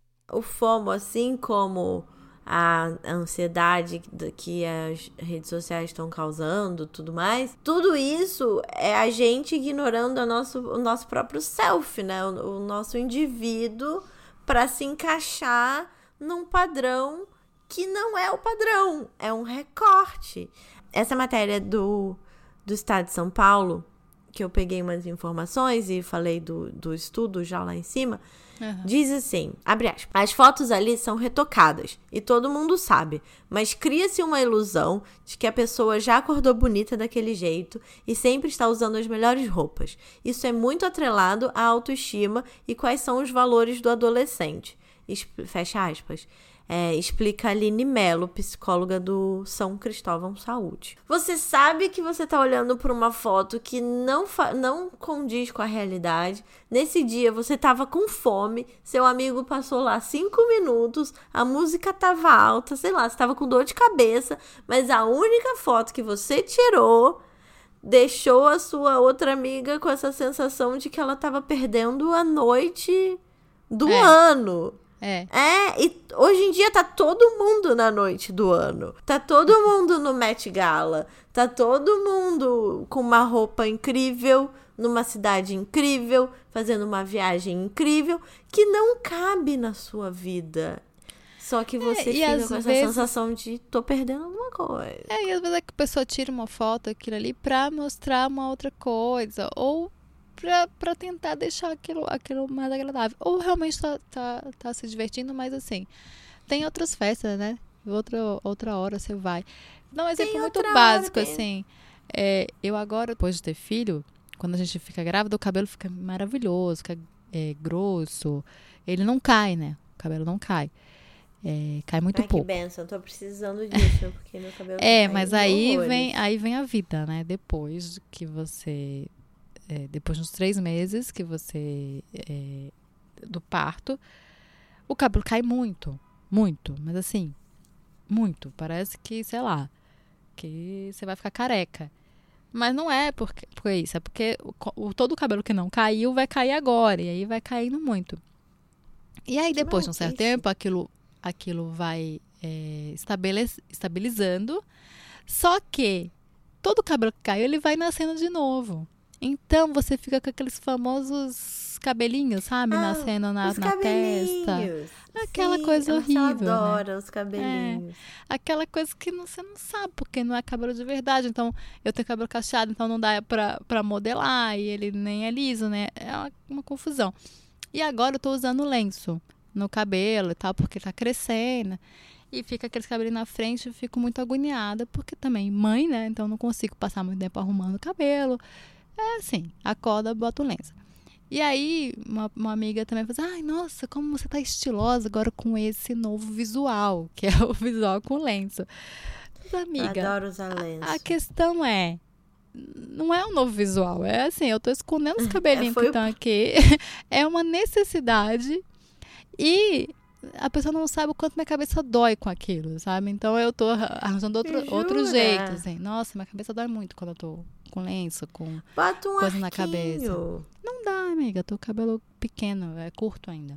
o FOMO, assim como a ansiedade que as redes sociais estão causando, tudo mais, tudo isso é a gente ignorando a nosso, o nosso próprio self, né? O, o nosso indivíduo para se encaixar num padrão que não é o padrão, é um recorte. Essa matéria do, do Estado de São Paulo, que eu peguei umas informações e falei do, do estudo já lá em cima, Uhum. diz assim, abre aspas, as fotos ali são retocadas e todo mundo sabe, mas cria-se uma ilusão de que a pessoa já acordou bonita daquele jeito e sempre está usando as melhores roupas. Isso é muito atrelado à autoestima e quais são os valores do adolescente. Esp- Fecha aspas. É, explica a Aline Mello, psicóloga do São Cristóvão Saúde. Você sabe que você tá olhando para uma foto que não, fa- não condiz com a realidade. Nesse dia você tava com fome, seu amigo passou lá cinco minutos, a música tava alta, sei lá, você tava com dor de cabeça, mas a única foto que você tirou deixou a sua outra amiga com essa sensação de que ela tava perdendo a noite do É. ano. É. É, e hoje em dia tá todo mundo na noite do ano. Tá todo mundo no Met Gala. Tá todo mundo com uma roupa incrível, numa cidade incrível, fazendo uma viagem incrível, que não cabe na sua vida. Só que você É, e fica às com essa vezes- sensação de tô perdendo alguma coisa. É, e às vezes a pessoa tira uma foto, aquilo ali, pra mostrar uma outra coisa. Ou pra, pra tentar deixar aquilo, aquilo mais agradável. Ou realmente tá, tá, tá se divertindo, mas assim, tem outras festas, né? Outra, outra hora você vai. Dá um exemplo muito outra hora, básico, tem- assim. É, eu agora, depois de ter filho, quando a gente fica grávida, o cabelo fica maravilhoso, fica é, grosso. Ele não cai, né? O cabelo não cai. É, cai muito Ai, que pouco. benção, tô precisando disso, porque meu cabelo tá É, caindo mas aí horrores. vem, aí vem a vida, né? Depois que você... é, depois de uns três meses que você... é, do parto, o cabelo cai muito. Muito. Mas assim, muito. Parece que, sei lá, que você vai ficar careca. Mas não é porque, porque isso. É porque o, co- o- todo o cabelo que não caiu vai cair agora. E aí vai caindo muito. E aí, Que depois de um certo maluquice. tempo, aquilo, aquilo vai é, estabele- estabilizando. Só que todo o cabelo que caiu, ele vai nascendo de novo. Então você fica com aqueles famosos cabelinhos, sabe? Ah, nascendo na, os na testa. cabelinhos. Aquela Sim, coisa a Marcela horrível, né? adora os cabelinhos. Aquela coisa que não- você não sabe, porque não é cabelo de verdade. Então, eu tenho cabelo cacheado, então não dá pra, pra modelar, e ele nem é liso, né? É uma, uma confusão. E agora eu tô usando lenço no cabelo e tal, porque tá crescendo. E fica aqueles cabelos na frente, eu fico muito agoniada, porque também mãe, né? Então não consigo passar muito tempo arrumando o cabelo. É assim, acorda, bota o lenço. E aí, uma, uma amiga também falou assim, ai, nossa, como você tá estilosa agora com esse novo visual, que é o visual com lenço. Mas, amiga, Adoro usar lenço. a questão é, não é um novo visual, é assim, eu tô escondendo os cabelinhos foi que o- estão aqui, é uma necessidade e a pessoa não sabe o quanto minha cabeça dói com aquilo, sabe? Então eu tô arranjando outro, Jura? outro jeito, assim. Nossa, minha cabeça dói muito quando eu tô com lenço, com... Bota um coisa na arquinho. cabeça. Não dá, amiga, tô com cabelo pequeno, é curto ainda.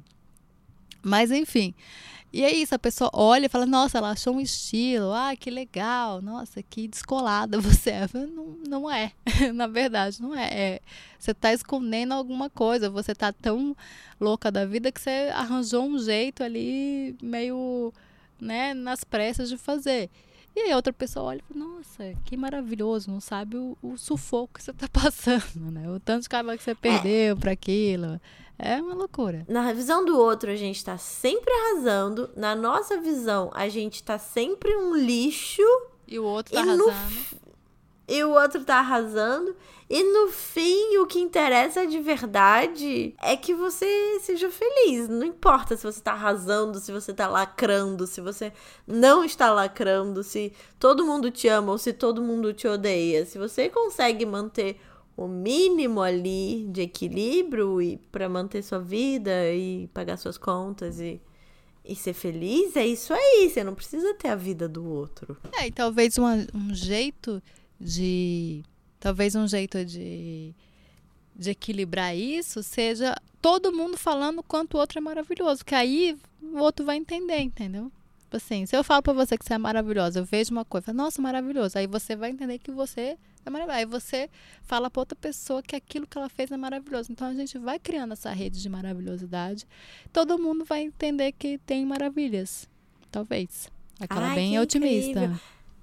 Mas enfim, e é isso, a pessoa olha e fala, nossa, ela achou um estilo, ah, que legal, nossa, que descolada você é. Eu falo, Não, não é, na verdade, não é. É, você tá escondendo alguma coisa, você tá tão louca da vida que você arranjou um jeito ali meio, né, nas pressas de fazer. E aí outra pessoa olha e fala, nossa, que maravilhoso, não sabe o, o sufoco que você tá passando, né? O tanto de cabelo que você perdeu pra aquilo. É uma loucura. Na visão do outro, a gente tá sempre arrasando. Na nossa visão, a gente tá sempre um lixo. E o outro tá E no arrasando. E o outro tá arrasando. E no fim, o que interessa de verdade é que você seja feliz. Não importa se você tá arrasando, se você tá lacrando, se você não está lacrando, se todo mundo te ama ou se todo mundo te odeia. Se você consegue manter o mínimo ali de equilíbrio e para manter sua vida e pagar suas contas e, e ser feliz, é isso aí. Você não precisa ter a vida do outro. É, e talvez uma, um jeito de... Talvez um jeito de, de equilibrar isso seja todo mundo falando o quanto o outro é maravilhoso. Que aí o outro vai entender, entendeu? Tipo assim, se eu falo pra você que você é maravilhosa, eu vejo uma coisa, falo, nossa, maravilhoso. Aí você vai entender que você é maravilhoso. Aí você fala pra outra pessoa que aquilo que ela fez é maravilhoso. Então a gente vai criando essa rede de maravilhosidade. Todo mundo vai entender que tem maravilhas. Talvez. Aquela Ai, bem que otimista. incrível.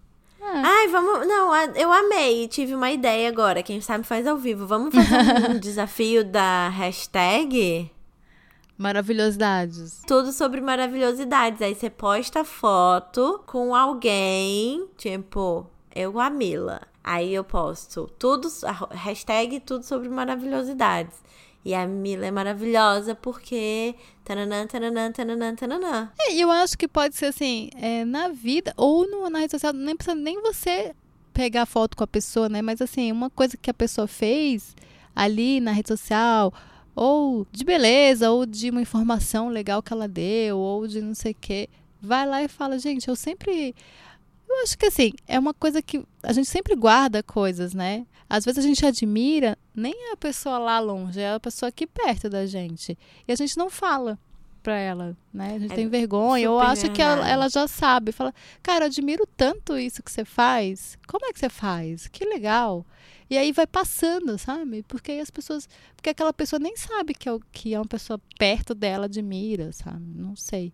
Ah, Ai, vamos... Não, eu amei. Tive uma ideia agora. Quem sabe faz ao vivo. Vamos fazer um desafio da hashtag... maravilhosidades. Tudo sobre maravilhosidades. Aí você posta foto com alguém, tipo, eu, a Mila. Aí eu posto tudo, a hashtag tudo sobre maravilhosidades. E a Mila é maravilhosa porque... Tananã, tananã, tananã, tananã. É, e eu acho que pode ser assim, é, na vida ou no, na rede social, nem precisa nem você pegar foto com a pessoa, né? Mas assim, uma coisa que a pessoa fez ali na rede social, ou de beleza, ou de uma informação legal que ela deu, ou de não sei o quê, vai lá e fala, gente, eu sempre... Eu acho que assim, é uma coisa que a gente sempre guarda coisas, né? Às vezes a gente admira nem a pessoa lá longe, é a pessoa aqui perto da gente. E a gente não fala pra ela, né? A gente É tem vergonha, ou super acha que ela, verdade. ela já sabe. Fala, cara, eu admiro tanto isso que você faz. Como é que você faz? Que legal. E aí vai passando, sabe? Porque aí as pessoas... Porque aquela pessoa nem sabe que é, o- que é uma pessoa perto dela, admira, sabe? Não sei.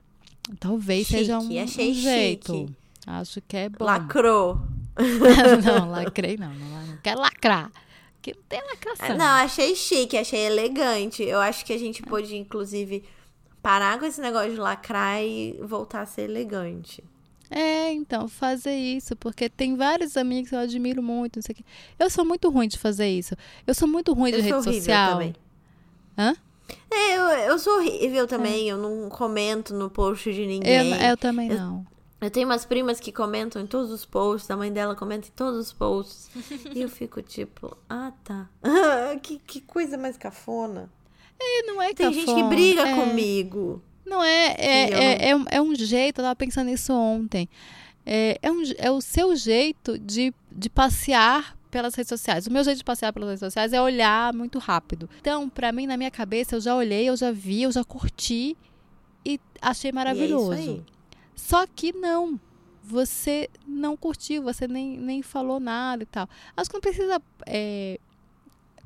Talvez seja um, Chique, achei um jeito. chique. Acho que é bom. Lacrou. Não, lacrei não, não, não quero lacrar. Que não tem lacração. Não, achei chique, achei elegante. Eu acho que a gente pode, inclusive, parar com esse negócio de lacrar e voltar a ser elegante. É, então, fazer isso, porque tem vários amigos que eu admiro muito, não sei o quê. Eu sou muito ruim de fazer isso. Eu sou muito ruim de Eu sou rede horrível social. também. Hã? É, eu, eu sou horrível também. Eu não comento no post de ninguém. Eu, eu também não. Eu tenho umas primas que comentam em todos os posts, a mãe dela comenta em todos os posts. E eu fico tipo, ah, tá. que, que coisa mais cafona. E não é Tem gente que cafona, briga é. comigo. Não é, é, Que eu é, é, um, é um jeito, eu tava pensando nisso ontem. É, é, um, é o seu jeito de, de passear pelas redes sociais. O meu jeito de passear pelas redes sociais é olhar muito rápido. Então, pra mim, na minha cabeça, eu já olhei, eu já vi, eu já curti e achei maravilhoso. E é isso aí. Só que não, você não curtiu, você nem, nem falou nada e tal. Acho que não precisa é,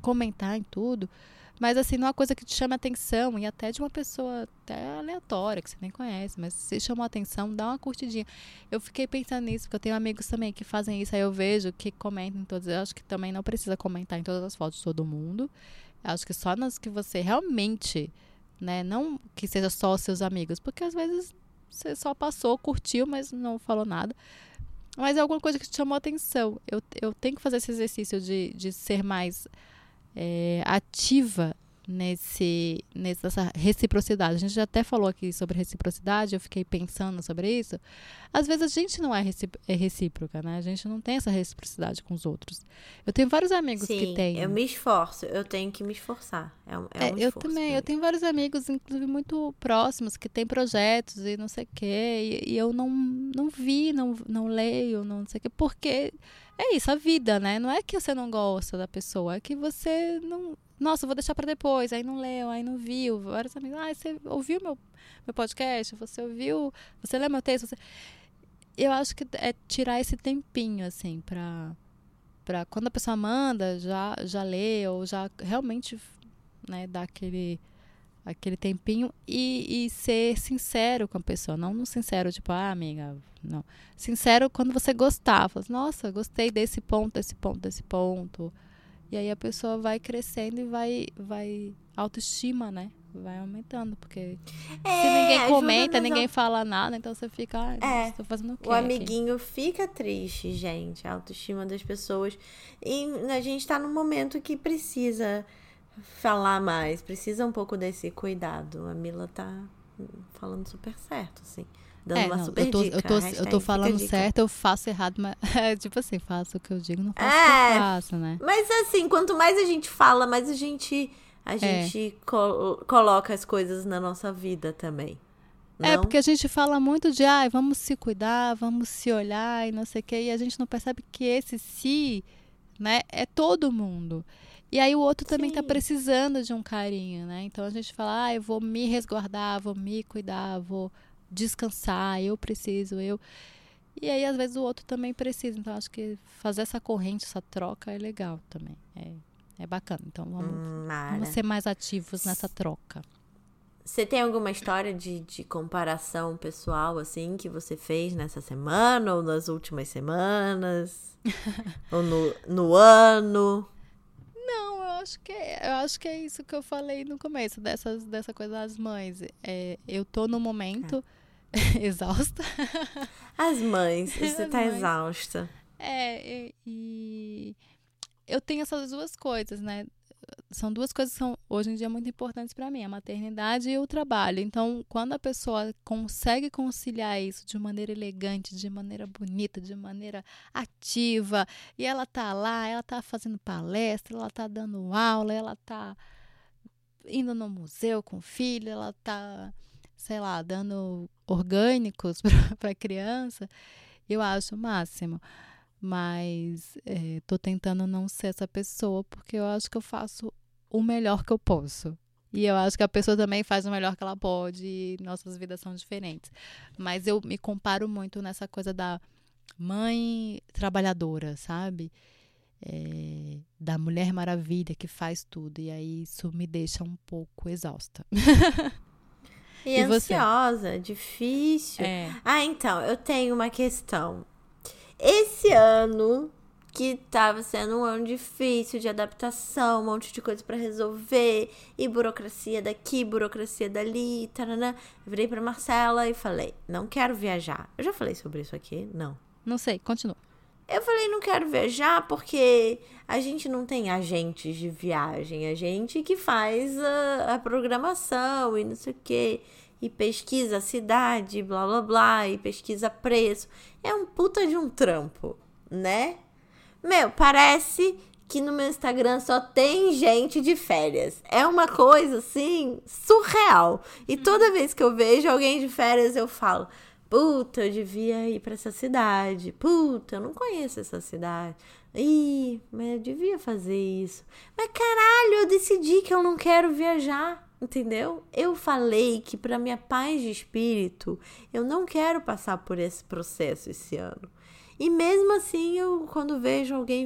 comentar em tudo, mas assim, não é uma coisa que te chama atenção, e até de uma pessoa até aleatória, que você nem conhece, mas se chamou atenção, dá uma curtidinha. Eu fiquei pensando nisso, porque eu tenho amigos também que fazem isso, aí eu vejo que comentam em todas, eu acho que também não precisa comentar em todas as fotos de todo mundo, eu acho que só nas que você realmente, né, não que seja só os seus amigos, porque às vezes você só passou, curtiu, mas não falou nada. Mas é alguma coisa que te chamou atenção. Eu, eu tenho que fazer esse exercício de, de ser mais é, ativa nesse, nessa reciprocidade. A gente já até falou aqui sobre reciprocidade, eu fiquei pensando sobre isso. Às vezes a gente não é, recíp- é recíproca, né? A gente não tem essa reciprocidade com os outros. Eu tenho vários amigos Sim, que têm. eu me esforço, eu tenho que me esforçar. É um, é É, um eu esforço também, pra eu mim. tenho vários amigos, inclusive muito próximos, que têm projetos e não sei o quê, e, e eu não, não vi, não, não leio, não sei o quê, porque é isso, a vida, né? Não é que você não gosta da pessoa, é que você não... Nossa, eu vou deixar pra depois, aí não leu, aí não viu. Vários amigos, ah, você ouviu meu, meu podcast? Você ouviu? Você leu meu texto? Você... Eu acho que é tirar esse tempinho, assim, pra... pra quando a pessoa manda, já, já lê, ou já realmente... né, dar aquele, aquele tempinho e, e ser sincero com a pessoa, não no sincero, tipo, ah, amiga, não. Sincero quando você gostar, fala assim, nossa, gostei desse ponto, desse ponto, desse ponto. E aí a pessoa vai crescendo e vai, vai autoestima, né? Vai aumentando, porque se É, ninguém ajuda comenta, nas... ninguém au- fala nada, então você fica, ai, É, estou fazendo o o quê aqui? amiguinho fica triste, gente. A autoestima das pessoas. E a gente tá num momento que precisa falar mais, precisa um pouco desse cuidado. A Mila tá falando super certo, assim. Dando É, uma não, super eu tô, eu dica. tô, eu tô Hashtag fica a falando dica. certo, eu faço errado, mas é tipo assim, faço o que eu digo, não faço o que eu É, faço, né? mas assim, quanto mais a gente fala, mais a gente, a É. gente col- coloca as coisas na nossa vida também. É, Não? porque a gente fala muito de, ai, vamos se cuidar, vamos se olhar e não sei o quê, e a gente não percebe que esse si, né, é todo mundo. E aí o outro também tá Sim. precisando de um carinho, né? Então a gente fala, ah, eu vou me resguardar, vou me cuidar, vou descansar, eu preciso, eu. E aí às vezes o outro também precisa. Então acho que fazer essa corrente, essa troca é legal também. É, é bacana. Então vamos, Hum, vamos Mara. ser mais ativos nessa troca. Você tem alguma história de, de comparação pessoal, assim, que você fez nessa semana ou nas últimas semanas? Ou no, no ano? Não, eu acho que é, eu acho que é isso que eu falei no começo, dessas, dessa coisa das mães. É, eu tô no momento exausta. As mães, você As tá mães. exausta. É, e, e eu tenho essas duas coisas, né? São duas coisas que são hoje em dia muito importantes para mim, a maternidade e o trabalho. Então, quando a pessoa consegue conciliar isso de maneira elegante, de maneira bonita, de maneira ativa, e ela tá lá, ela tá fazendo palestra, ela tá dando aula, ela tá indo no museu com o filho, ela tá, sei lá, dando orgânicos para criança, eu acho o máximo. Mas é, tô tentando não ser essa pessoa, porque eu acho que eu faço o melhor que eu posso. E eu acho que a pessoa também faz o melhor que ela pode e nossas vidas são diferentes. Mas eu me comparo muito nessa coisa da mãe trabalhadora, sabe? É, da Mulher Maravilha que faz tudo. E aí isso me deixa um pouco exausta. E E você? ansiosa, difícil. É. Ah, então, eu tenho uma questão. Esse ano, que tava sendo um ano difícil de adaptação, um monte de coisa pra resolver, e burocracia daqui, burocracia dali, taranã. Eu virei pra Marcela e falei, não quero viajar. Eu já falei sobre isso aqui? Não. Não sei, continua. Eu falei, não quero viajar porque a gente não tem agentes de viagem, a gente que faz a, a programação e não sei o quê. E pesquisa a cidade, blá blá blá, e pesquisa preço. É um puta de um trampo, né? Meu, parece que no meu Instagram só tem gente de férias. É uma coisa, assim, surreal. E toda vez que eu vejo alguém de férias, eu falo, puta, eu devia ir pra essa cidade. Puta, eu não conheço essa cidade. Ih, mas eu devia fazer isso. Mas caralho, eu decidi que eu não quero viajar. Entendeu? Eu falei que para minha paz de espírito, eu não quero passar por esse processo esse ano. E mesmo assim, eu quando vejo alguém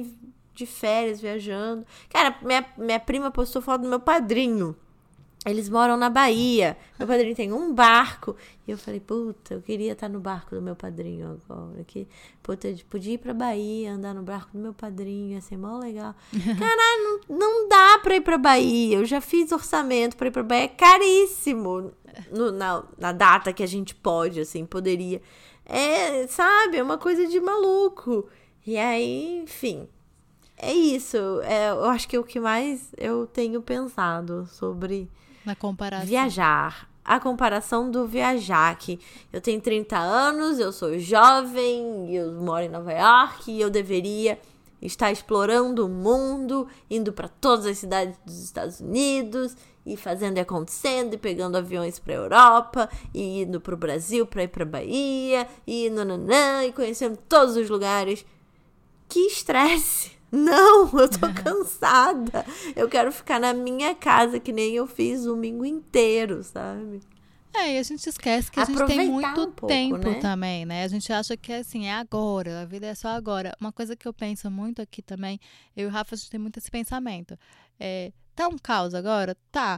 de férias, viajando. Cara, minha, minha prima postou foto do meu padrinho. Eles moram na Bahia. Meu padrinho tem um barco. E eu falei, puta, eu queria estar no barco do meu padrinho agora. Que, puta, eu podia ir pra Bahia, andar no barco do meu padrinho. Ia ser mó legal. Caralho, não, não dá pra ir pra Bahia. Eu já fiz orçamento pra ir pra Bahia. É caríssimo. No, na, na data que a gente pode, assim, poderia. É, sabe? É uma coisa de maluco. E aí, enfim... É isso, é, eu acho que é o que mais eu tenho pensado sobre Na comparação. viajar. A comparação do viajar, que eu tenho trinta anos, eu sou jovem, eu moro em Nova York e eu deveria estar explorando o mundo, indo para todas as cidades dos Estados Unidos e fazendo e acontecendo, e pegando aviões para Europa, e indo para o Brasil para ir para Bahia, e nananã, e conhecendo todos os lugares. Que estresse! Não, eu tô cansada. Eu quero ficar na minha casa, que nem eu fiz o domingo inteiro, sabe? É, e a gente esquece que a gente Aproveitar tem muito um pouco, tempo né? também, né? A gente acha que é assim, é agora, a vida é só agora. Uma coisa que eu penso muito aqui também, eu e o Rafa, a gente tem muito esse pensamento. É, tá um caos agora? Tá.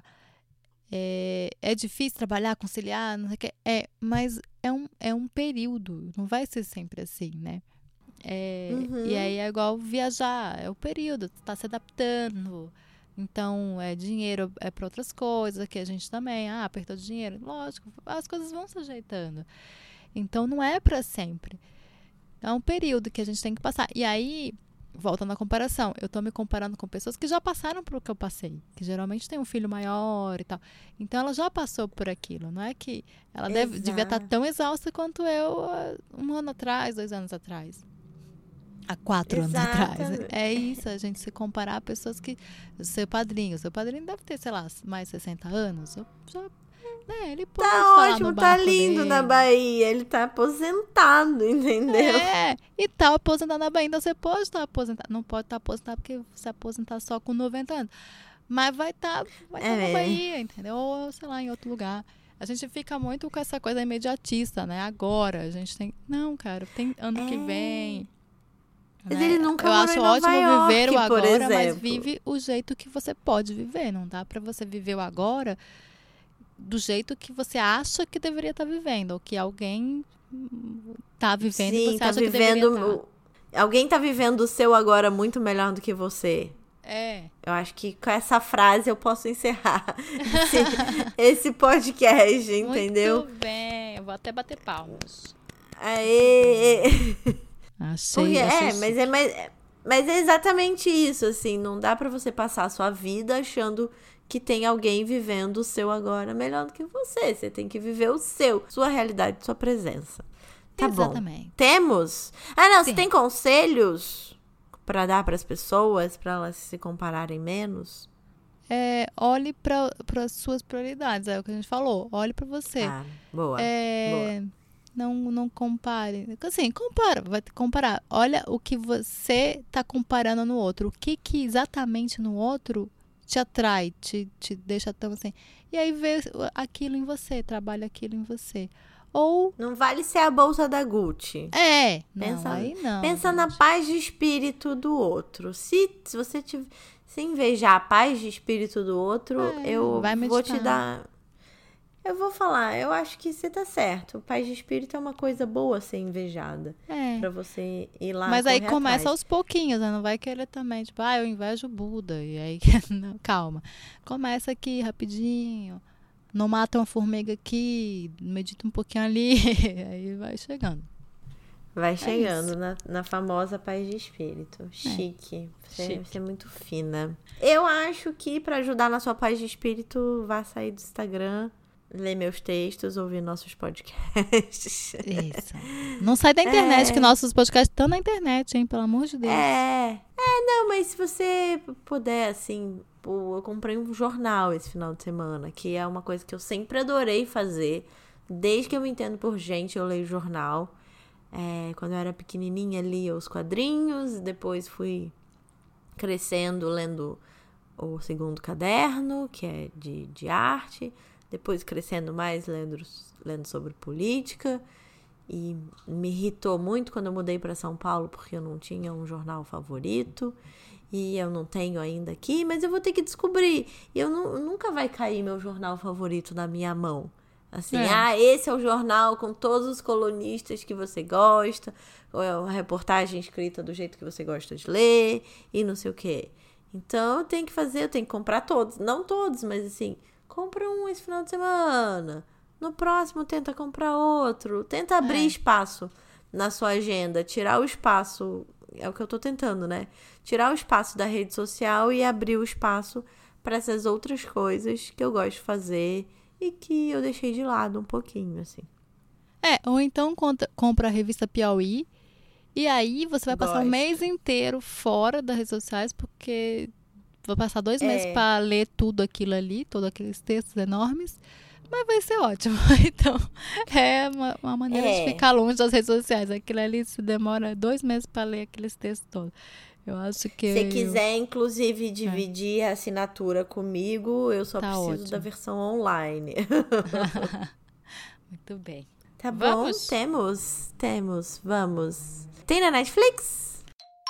É, é difícil trabalhar, conciliar, não sei o que. É, mas é um, é um período, não vai ser sempre assim, né? É, Uhum. E aí é igual viajar, é o período, tá se adaptando. Então, é dinheiro é para outras coisas, que a gente também, ah, apertou dinheiro, lógico, as coisas vão se ajeitando. Então, não é para sempre. É um período que a gente tem que passar. E aí, voltando à comparação, eu tô me comparando com pessoas que já passaram por o que eu passei, que geralmente tem um filho maior e tal. Então, ela já passou por aquilo, não é que ela deve, devia estar Exato. tão exausta quanto eu ah, um ano atrás, dois anos atrás. Há quatro anos atrás. Exatamente. É isso, a gente se comparar a pessoas que... Seu padrinho, seu padrinho deve ter, sei lá, mais sessenta anos. Eu já, né, ele pode Tá falar ótimo, no tá barco lindo dele. na Bahia. Ele tá aposentado, entendeu? É, e tá aposentado na Bahia. Então você pode estar aposentado. Não pode estar aposentado porque se aposentar só com noventa anos. Mas vai estar vai tá É. na Bahia, entendeu? Ou, sei lá, em outro lugar. A gente fica muito com essa coisa imediatista, né? Agora, a gente tem... Não, cara, tem ano É. que vem... Mas né? ele nunca Eu morou acho em Nova ótimo York, viver o por agora, mas exemplo. vive o jeito que você pode viver. Não dá pra você viver o agora do jeito que você acha que deveria estar vivendo, ou que alguém hum, tá vivendo e Sim, você tá acha que deveria vivendo... estar. o- Alguém tá vivendo o seu agora muito melhor do que você. É. Eu acho que com essa frase eu posso encerrar esse, esse podcast, entendeu? Muito bem. Eu vou até bater palmas. Aê! Achei, Porque achei é, mas é, mas, mas é exatamente isso, assim, não dá pra você passar a sua vida achando que tem alguém vivendo o seu agora melhor do que você. Você tem que viver o seu, sua realidade, sua presença. Tá Exatamente. bom. Temos? Ah, não, Sim. você tem conselhos pra dar pras pessoas, pra elas se compararem menos? É, olhe para as suas prioridades, é o que a gente falou. Olhe para você. Ah, boa. É, boa. Não, não compare. Assim, compara, vai ter que comparar. Olha o que você está comparando no outro. O que, que exatamente no outro te atrai, te, te deixa tão assim. E aí vê aquilo em você, trabalha aquilo em você. Ou, Não vale ser a bolsa da Gucci. é, não, Pensa, aí não. pensa na gente. paz de espírito do outro. Se, se você tiver, se invejar a paz de espírito do outro, É, eu vai vou te meditar. dar... Eu vou falar, eu acho que você tá certo. Paz de espírito é uma coisa boa ser invejada. É. Pra você ir lá Mas aí correr começa atrás. aos pouquinhos, né? Não vai querer também, tipo, ah, eu invejo o Buda. E aí, não, calma. Começa aqui, rapidinho. Não mata uma formiga aqui, medita um pouquinho ali. Aí vai chegando. Vai isso. chegando na, na famosa paz de espírito. Chique. Você, chique. você é muito fina. Eu acho que pra ajudar na sua paz de espírito, vá sair do Instagram, ler meus textos, ouvir nossos podcasts. Isso. Não sai da internet, que nossos podcasts estão na internet, hein? Pelo amor de Deus. É. É, não, mas se você puder, assim, pô, eu comprei um jornal esse final de semana, que é uma coisa que eu sempre adorei fazer. Desde que eu me entendo por gente, eu leio jornal. É, quando eu era pequenininha, lia os quadrinhos, depois fui crescendo, lendo o segundo caderno, que é de, de arte, depois crescendo mais, lendo, lendo sobre política, E me irritou muito quando eu mudei para São Paulo, porque eu não tinha um jornal favorito. E eu não tenho ainda aqui, mas eu vou ter que descobrir. E eu não, nunca vai cair meu jornal favorito na minha mão. Assim, é. ah, esse é o jornal com todos os colunistas que você gosta, ou é uma reportagem escrita do jeito que você gosta de ler, e não sei o quê. Então, eu tenho que fazer, eu tenho que comprar todos. Não todos, mas assim, compra um esse final de semana. No próximo, tenta comprar outro. Tenta abrir é. espaço na sua agenda. Tirar o espaço, é o que eu tô tentando, né? Tirar o espaço da rede social e abrir o espaço para essas outras coisas que eu gosto de fazer e que eu deixei de lado um pouquinho, assim. É, ou então conta, compra a revista Piauí e aí você vai passar o um mês inteiro fora das redes sociais, porque vou passar dois é. meses para ler tudo aquilo ali, todos aqueles textos enormes, mas vai ser ótimo. Então, é uma, uma maneira é. de ficar longe das redes sociais. Aquilo ali se demora dois meses para ler aqueles textos todos. Eu acho que... Se eu... quiser, inclusive, dividir é. a assinatura comigo, eu só tá preciso ótimo. da versão online. Muito bem. Tá bom, vamos? temos, temos, vamos. Tem na Netflix?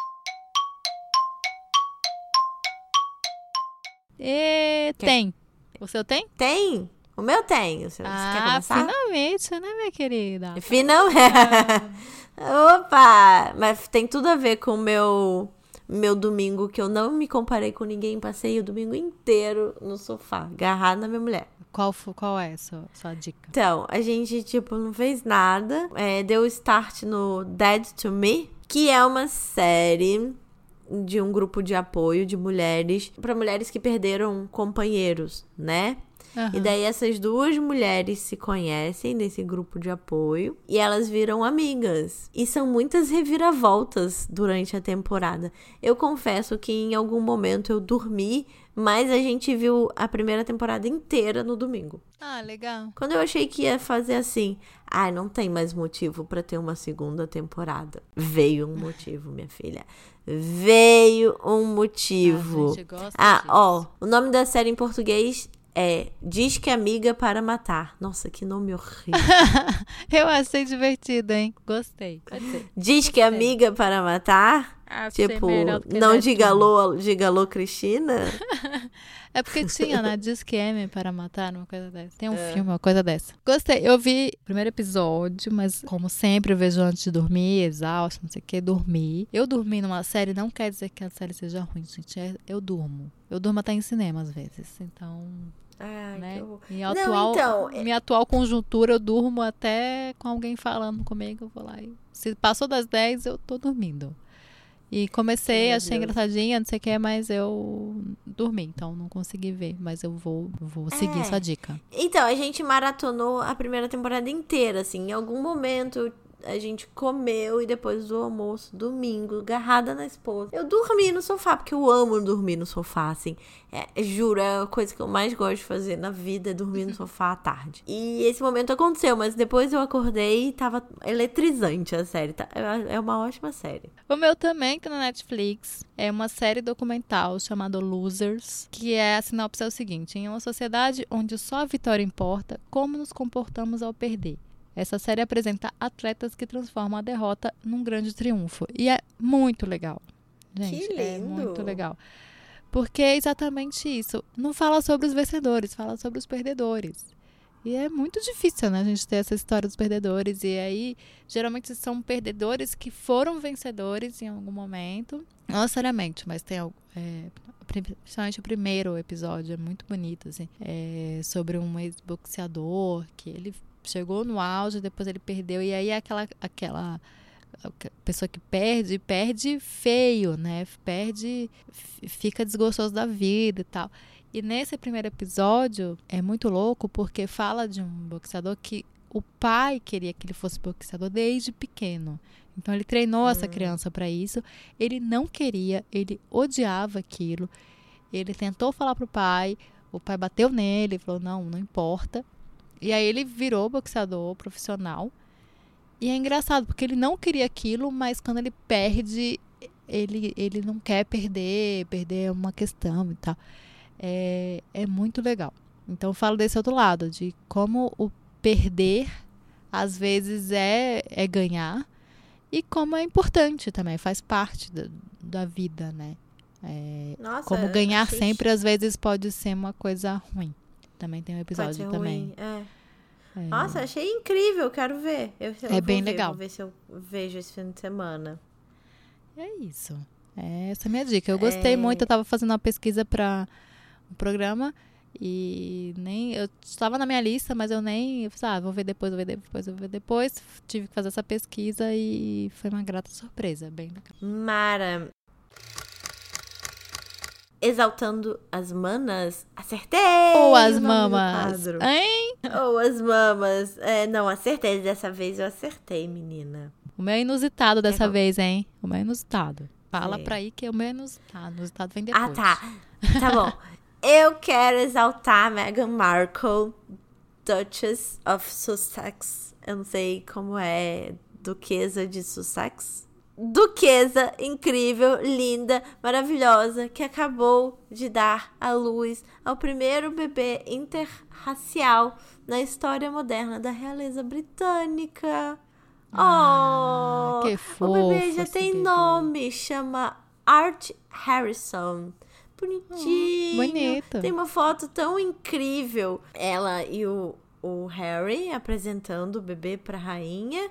E... Tem. O seu tem? Tem. O meu tem. O seu, ah, você quer começar? Finalmente, né, minha querida? Finalmente. Opa! Mas tem tudo a ver com o meu, meu domingo, que eu não me comparei com ninguém. Passei o domingo inteiro no sofá, agarrada na minha mulher. Qual, qual é a sua, sua dica? Então, a gente, tipo, não fez nada. É, deu start no Dead to Me, que é uma série de um grupo de apoio de mulheres, para mulheres que perderam companheiros, né? Uhum. E daí essas duas mulheres se conhecem nesse grupo de apoio e elas viram amigas. E são muitas reviravoltas durante a temporada. Eu confesso que em algum momento eu dormi, mas a gente viu a primeira temporada inteira no domingo. Ah, legal. Quando eu achei que ia fazer assim, ai, ah, não tem mais motivo pra ter uma segunda temporada. Veio um motivo, minha filha. Veio um motivo. A gente gosta ah, disso. Ó, o nome da série em português é Diz que Amiga para Matar. Nossa, que nome horrível. Eu achei divertido, hein? Gostei. Diz que Amiga para Matar? Achei tipo, não diga alô, diga alô, Cristina? É porque tinha, né? Diz que M para Matar, uma coisa dessa. Tem um é. filme, uma coisa dessa. Gostei. Eu vi o primeiro episódio, mas como sempre eu vejo antes de dormir, exausto, não sei o que, dormir. Eu dormir numa série não quer dizer que a série seja ruim, gente. É, eu durmo. Eu durmo até em cinema às vezes. Então... Ai, né? que... Em atual, não, então... minha atual conjuntura, eu durmo até com alguém falando comigo. Eu vou lá e... Se passou das dez, eu tô dormindo. E comecei, Meu achei Deus. engraçadinha, não sei o que, mas eu dormi, então não consegui ver. Mas eu vou, vou seguir é. sua dica. Então, a gente maratonou a primeira temporada inteira, assim. Em algum momento a gente comeu e depois do almoço, domingo, agarrada na esposa. Eu dormi no sofá, porque eu amo dormir no sofá, assim. É, juro, é a coisa que eu mais gosto de fazer na vida, é dormir no sofá à tarde. E esse momento aconteceu, mas depois eu acordei e tava eletrizante a série. Tá? É uma ótima série. O meu também, que tá na Netflix, é uma série documental chamada Losers, que é, a sinopse é o seguinte: em uma sociedade onde só a vitória importa, como nos comportamos ao perder? Essa série apresenta atletas que transformam a derrota num grande triunfo. E é muito legal. Gente, que lindo. É muito legal. Porque é exatamente isso. Não fala sobre os vencedores, fala sobre os perdedores. E é muito difícil, né, a gente ter essa história dos perdedores. E aí, geralmente são perdedores que foram vencedores em algum momento. Não necessariamente, mas tem é, principalmente o primeiro episódio, é muito bonito, assim. É sobre um ex-boxeador que ele chegou no auge, depois ele perdeu. E aí aquela, aquela pessoa que perde, perde feio, né? Perde, fica desgostoso da vida e tal. E nesse primeiro episódio é muito louco porque fala de um boxeador que o pai queria que ele fosse boxeador desde pequeno. Então ele treinou hum. essa criança para isso. Ele não queria, ele odiava aquilo. Ele tentou falar pro pai, o pai bateu nele, falou: não, não importa. E aí ele virou boxeador profissional. E é engraçado, porque ele não queria aquilo, mas quando ele perde, ele, ele não quer perder, perder é uma questão e tal. É, é muito legal. Então eu falo desse outro lado, de como o perder às vezes é, é ganhar e como é importante também, faz parte da, da vida, né? É, Nossa, como ganhar achei sempre, às vezes, pode ser uma coisa ruim. Também tem um Pode episódio ser também. ruim, é. É, Nossa, achei incrível, quero ver. Eu, eu É vou bem ver, legal. Vou ver se eu vejo esse fim de semana. é isso. É essa a minha dica. Eu gostei muito, eu tava fazendo uma pesquisa para um programa e nem eu estava na minha lista, mas eu nem, eu falei, ah, vou ver depois, vou ver depois, vou ver depois. Tive que fazer essa pesquisa e foi uma grata surpresa, bem legal. Mara. Exaltando as manas, acertei! Ou as o nome do mamas, quadro. hein? Ou as mamas. É, não, acertei. Dessa vez eu acertei, menina. O meu é inusitado dessa É, vez, hein? O meu é inusitado. Fala É. pra aí que o meu é inusitado. O inusitado vem depois. Ah, tá. Tá bom. Eu quero exaltar Meghan Markle, Duchess of Sussex. Eu não sei como é Duquesa de Sussex. Duquesa incrível, linda, maravilhosa, que acabou de dar à luz ao primeiro bebê interracial na história moderna da realeza britânica. Ah, Oh, que o fofo bebê já esse tem bebê. nome, chama Art Harrison. Bonitinho. bonito. Tem uma foto tão incrível. Ela e o, o Harry apresentando o bebê pra rainha.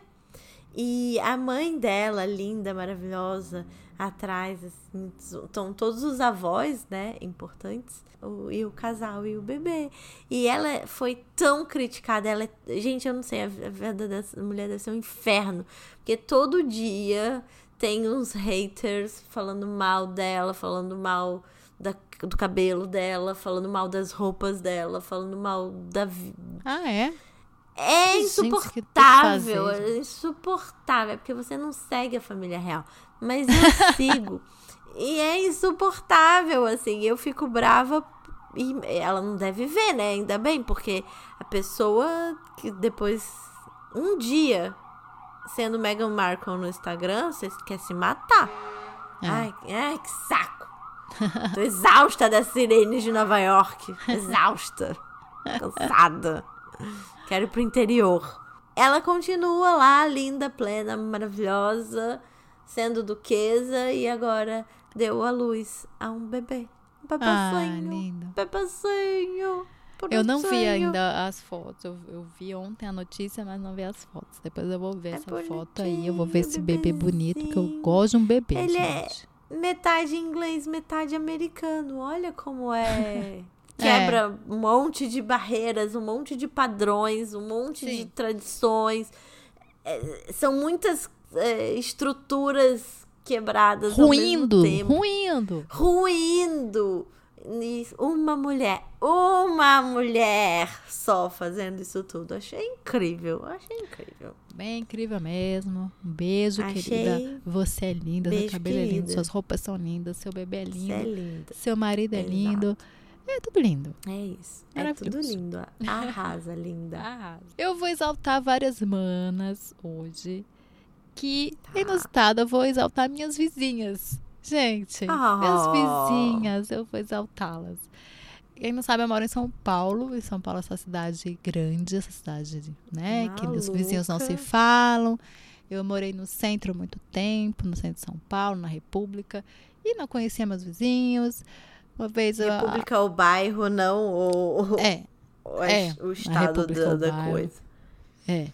E a mãe dela, linda, maravilhosa, atrás, assim, estão todos os avós, né, importantes, o, e o casal e o bebê. E ela foi tão criticada, ela é, gente, eu não sei, a vida dessa mulher deve ser um inferno, porque todo dia tem uns haters falando mal dela, falando mal da, do cabelo dela, falando mal das roupas dela, falando mal da vida. Ah, é? É Gente, que tem que insuportável, fazer, é insuportável, é porque você não segue a família real, mas eu sigo, e é insuportável, assim, eu fico brava, e ela não deve ver, né, ainda bem, porque a pessoa que depois, um dia, sendo Meghan Markle no Instagram, você quer se matar, É. ai, ai, que saco, tô exausta das sirenes de Nova York, exausta, cansada. Quero ir pro interior. Ela continua lá, linda, plena, maravilhosa, sendo duquesa e agora deu à luz a um bebê. Um Ah, bebezinho. lindo. Bebezinho. Eu não vi bonitinho. ainda as fotos. Eu, eu vi ontem a notícia, mas não vi as fotos. Depois eu vou ver É essa foto aí. Eu vou ver esse bonitinho, bebê bonito, que eu bebezinho. gosto de um bebê, Ele é gente. metade inglês, metade americano. Olha como é. Quebra um monte de barreiras, um monte de padrões, um monte Sim. de tradições. É, são muitas é, estruturas quebradas Ruindo, ao mesmo tempo. ruindo. Ruindo. Isso. Uma mulher, uma mulher só fazendo isso tudo. Achei incrível, achei incrível. Bem incrível mesmo. Um beijo, Achei. querida. Você é linda, seu Beijo, cabelo é lindo, querida. suas roupas são lindas, seu bebê é Você lindo, é linda. seu marido é Exato. lindo. É tudo lindo. É isso. É tudo Maravilhoso. lindo. Arrasa, linda. Arrasa. Eu vou exaltar várias manas hoje. Que, Tá. inusitada, eu vou exaltar minhas vizinhas. Gente, Oh. minhas vizinhas, eu vou exaltá-las. Quem não sabe, eu moro em São Paulo. E São Paulo é essa cidade grande, essa cidade, né? Que os vizinhos não se Maluca. falam. Eu morei no centro há muito tempo, no centro de São Paulo, na República. E não conhecia meus vizinhos. Uma vez eu... República o bairro, não o, É, o, é, o a estado República da, o da bairro. coisa. É.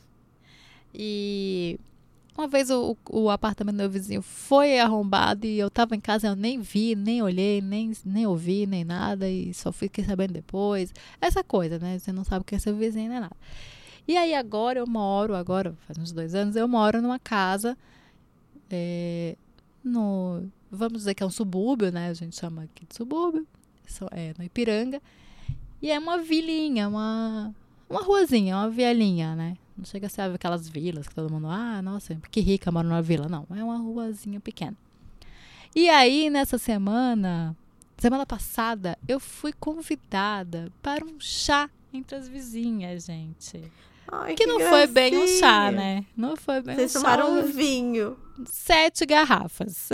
E uma vez o, o apartamento do meu vizinho foi arrombado e eu tava em casa, eu nem vi, nem olhei, nem, nem ouvi, nem nada, e só fiquei sabendo depois. Essa coisa, né? Você não sabe o que é seu vizinho, nem nada. E aí agora eu moro, agora faz uns dois anos, eu moro numa casa, é, no, vamos dizer que é um subúrbio, né? A gente chama aqui de subúrbio, é no Ipiranga. E é uma vilinha, uma, uma ruazinha, uma vielinha, né? Não chega a ser aquelas vilas que todo mundo, ah, nossa, que rica mora numa vila. Não, é uma ruazinha pequena. E aí, nessa semana, semana passada, eu fui convidada para um chá entre as vizinhas, gente. Ai, Que, que não foi bem um chá, gracinha. né? Não foi bem Vocês um chá. tomaram um vinho. Sete garrafas.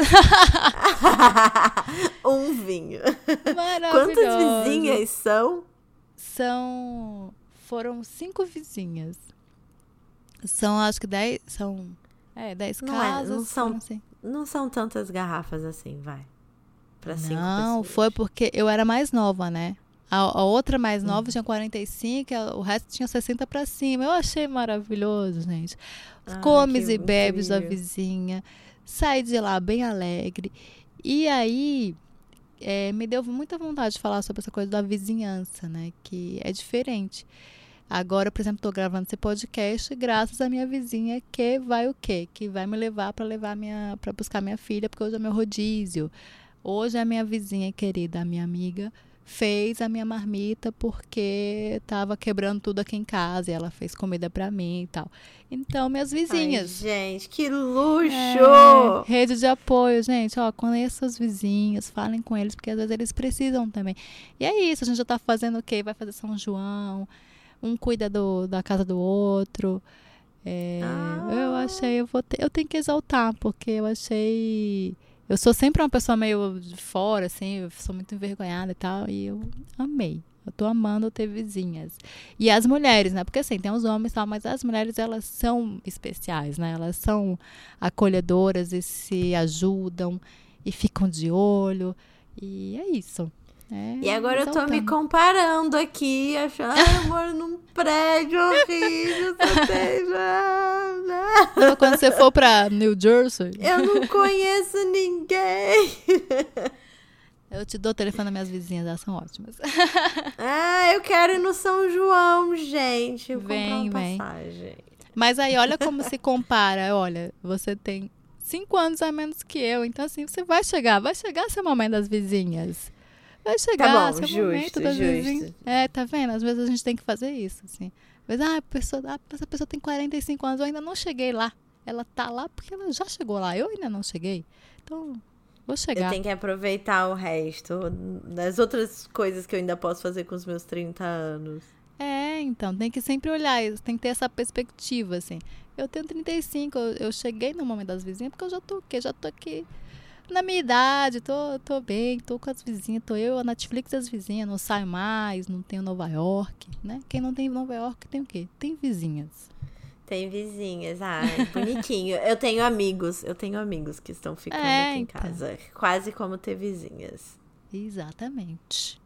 um vinho. Maravilhoso. Quantas vizinhas são? São... Foram cinco vizinhas. São, acho que dez, são, é, dez Não, é, casas. não, são, assim. não são tantas garrafas assim, vai. Pra cinco Não, pessoas. foi porque eu era mais nova, né? A, a outra mais nova Uhum. tinha quarenta e cinco, o resto tinha sessenta pra cima. Eu achei maravilhoso, gente. Os Ah, comes que e bebes da incrível. vizinha. Saí de lá bem alegre. E aí, é, me deu muita vontade de falar sobre essa coisa da vizinhança, né? Que é diferente. Agora, por exemplo, estou gravando esse podcast graças à minha vizinha que vai o quê? Que vai me levar para levar minha, para buscar minha filha, porque hoje é meu rodízio. Hoje a minha vizinha querida, a minha amiga, fez a minha marmita porque estava quebrando tudo aqui em casa e ela fez comida para mim e tal. Então, minhas vizinhas. Ai, gente, que luxo! É, rede de apoio, gente, ó, conheça os vizinhos, falem com eles, porque às vezes eles precisam também. E é isso, a gente já tá fazendo o quê? Vai fazer São João, um cuida do, da casa do outro. É, Ah. Eu achei, eu, vou ter, eu tenho que exaltar, porque eu achei... Eu sou sempre uma pessoa meio de fora, assim, eu sou muito envergonhada e tal, e eu amei. Eu tô amando ter vizinhas. E as mulheres, né? Porque assim, tem os homens e tal, mas as mulheres, elas são especiais, né? Elas são acolhedoras e se ajudam e ficam de olho. E é isso. É, E agora eu tô me exaltando. comparando aqui, achando, ai, eu moro num prédio horrível, só tem nada. Não, quando você for pra New Jersey, Eu não conheço ninguém. eu te dou o telefone das minhas vizinhas, elas são ótimas. Ah, eu quero ir no São João, gente. Eu Vem, comprar uma vem. passagem. Mas aí, olha como se compara. Olha, você tem cinco anos a menos que eu. Então, assim, você vai chegar. Vai chegar seu momento das vizinhas. Vai chegar Tá bom, seu justo, momento das justo. vizinhas. É, tá vendo? Às vezes a gente tem que fazer isso, assim. Às vezes, ah, a pessoa, ah, essa pessoa tem quarenta e cinco anos, eu ainda não cheguei lá. Ela tá lá porque ela já chegou lá. Eu ainda não cheguei. Então, vou chegar. Eu tenho que aproveitar o resto das outras coisas que eu ainda posso fazer com os meus trinta anos. É, então, tem que sempre olhar isso, tem que ter essa perspectiva, assim. Eu tenho trinta e cinco, eu, eu cheguei no momento das vizinhas porque eu já tô aqui, já tô aqui na minha idade, tô, tô bem, tô com as vizinhas, tô eu, a Netflix e as vizinhas, não saio mais, não tenho Nova York, né? Quem não tem Nova York tem o quê? Tem vizinhas. Tem vizinhas, ai, bonitinho. Eu tenho amigos, eu tenho amigos que estão ficando É, aqui em então. casa. Quase como ter vizinhas. Exatamente.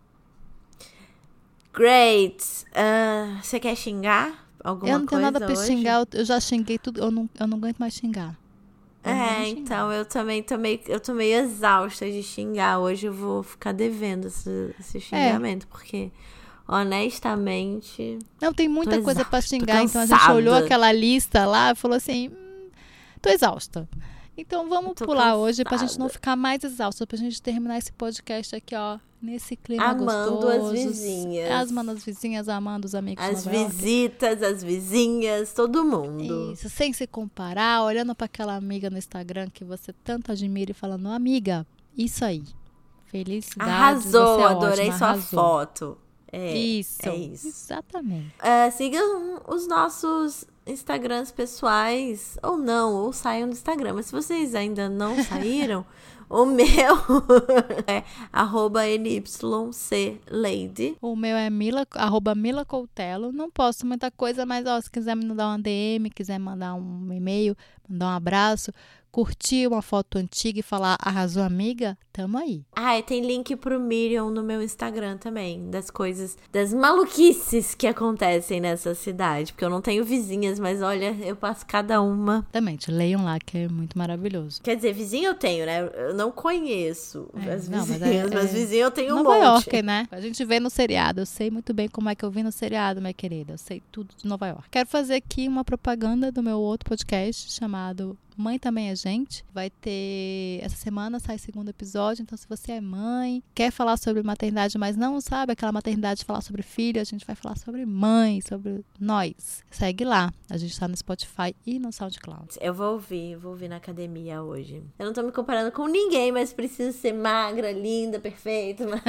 Great! Ah, você quer xingar alguma eu não tenho coisa nada pra hoje? xingar, eu, eu já xinguei tudo, eu não, eu não aguento mais xingar. Eu não É, vou xingar. então eu também tô meio, eu tô meio exausta de xingar. Hoje eu vou ficar devendo esse, esse xingamento, porque honestamente. Não, tem muita Tô coisa pra exausta, tô xingar, então a gente cansada. olhou aquela lista lá e falou assim, hum, tô exausta. Então vamos Tô pular hoje pra gente cansada. não ficar mais exausta, pra gente terminar esse podcast aqui, ó, nesse clima Amando gostoso. as vizinhas. Amando as vizinhas, amando os amigos de As Nova York. visitas, as vizinhas, todo mundo. Isso, sem se comparar, olhando pra aquela amiga no Instagram que você tanto admira e falando, amiga, isso aí. Felicidade. Arrasou, você é adorei ótima, sua arrasou. foto. É, Isso, é isso. exatamente. Ah, sigam os nossos Instagrams pessoais, ou não, ou saiam do Instagram. Mas se vocês ainda não saíram, o meu é arroba N Y C Lady. O meu é Mila, arroba Mila Coutelo. Não posto muita coisa, mas ó, se quiser me mandar uma D M, quiser mandar um e-mail, mandar um abraço, curtir uma foto antiga e falar arrasou amiga, tamo aí. Ah, e tem link pro Miriam no meu Instagram também, das coisas, das maluquices que acontecem nessa cidade. Porque eu não tenho vizinhas, mas olha, eu passo cada uma. Exatamente, leiam lá que é muito maravilhoso. Quer dizer, vizinha eu tenho, né? Eu não conheço É, as não, mas vizinhas, é- mas é vizinha eu tenho um Nova monte. York, né? A gente vê no seriado. Eu sei muito bem como é que eu vi no seriado, minha querida. Eu sei tudo de Nova York. Quero fazer aqui uma propaganda do meu outro podcast chamado Mãe Também é Gente. Vai ter... Essa semana sai o segundo episódio. Então, se você é mãe, quer falar sobre maternidade, mas não sabe aquela maternidade de falar sobre filho, a gente vai falar sobre mãe, sobre nós. Segue lá. A gente tá no Spotify e no SoundCloud. Eu vou ouvir, eu vou ouvir na academia hoje. Eu não tô me comparando com ninguém, mas preciso ser magra, linda, perfeita. Mas...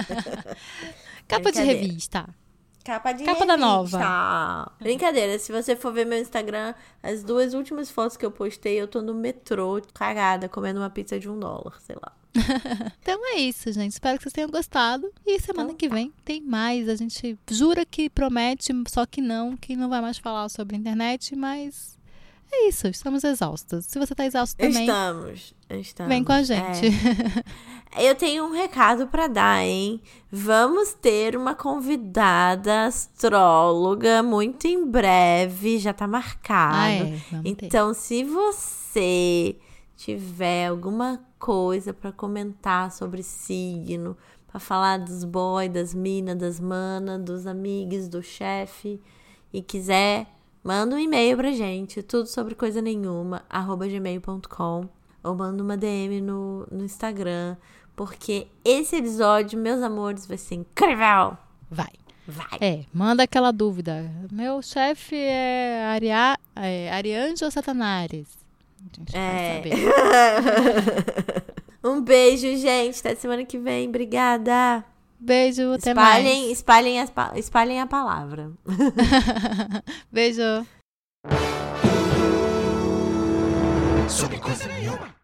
Capa de Brincadeira. revista. Capa de Capa da revista. Nova. Brincadeira, se você for ver meu Instagram, as duas últimas fotos que eu postei, eu tô no metrô, cagada, comendo uma pizza de um dólar, sei lá. Então é isso, gente. Espero que vocês tenham gostado. E semana Então, que vem tem mais. A gente jura que promete, só que não, que não vai mais falar sobre a internet, mas é isso, estamos exaustas. Se você tá exausto também, Estamos, estamos. vem com a gente. É. Eu tenho um recado pra dar, hein? Vamos ter uma convidada astróloga muito em breve, já tá marcado. Ah, é, vamos ter. Então, se você tiver alguma coisa pra comentar sobre signo, pra falar dos boy, das mina, das mana, dos amigos, do chefe, e quiser, manda um e-mail pra gente, tudo sobre coisa nenhuma, arroba gmail ponto com, ou manda uma D M no, no Instagram, porque esse episódio, meus amores, vai ser incrível! Vai. Vai! É, manda aquela dúvida. Meu chefe é, Aria, é Arianjo ou Satanares? A gente É. vai saber. Um beijo, gente. Até semana que vem. Obrigada. Beijo, até Espalhem, mais. espalhem, as, pa- espalhem a palavra. Beijo. Sobre coisa nenhuma.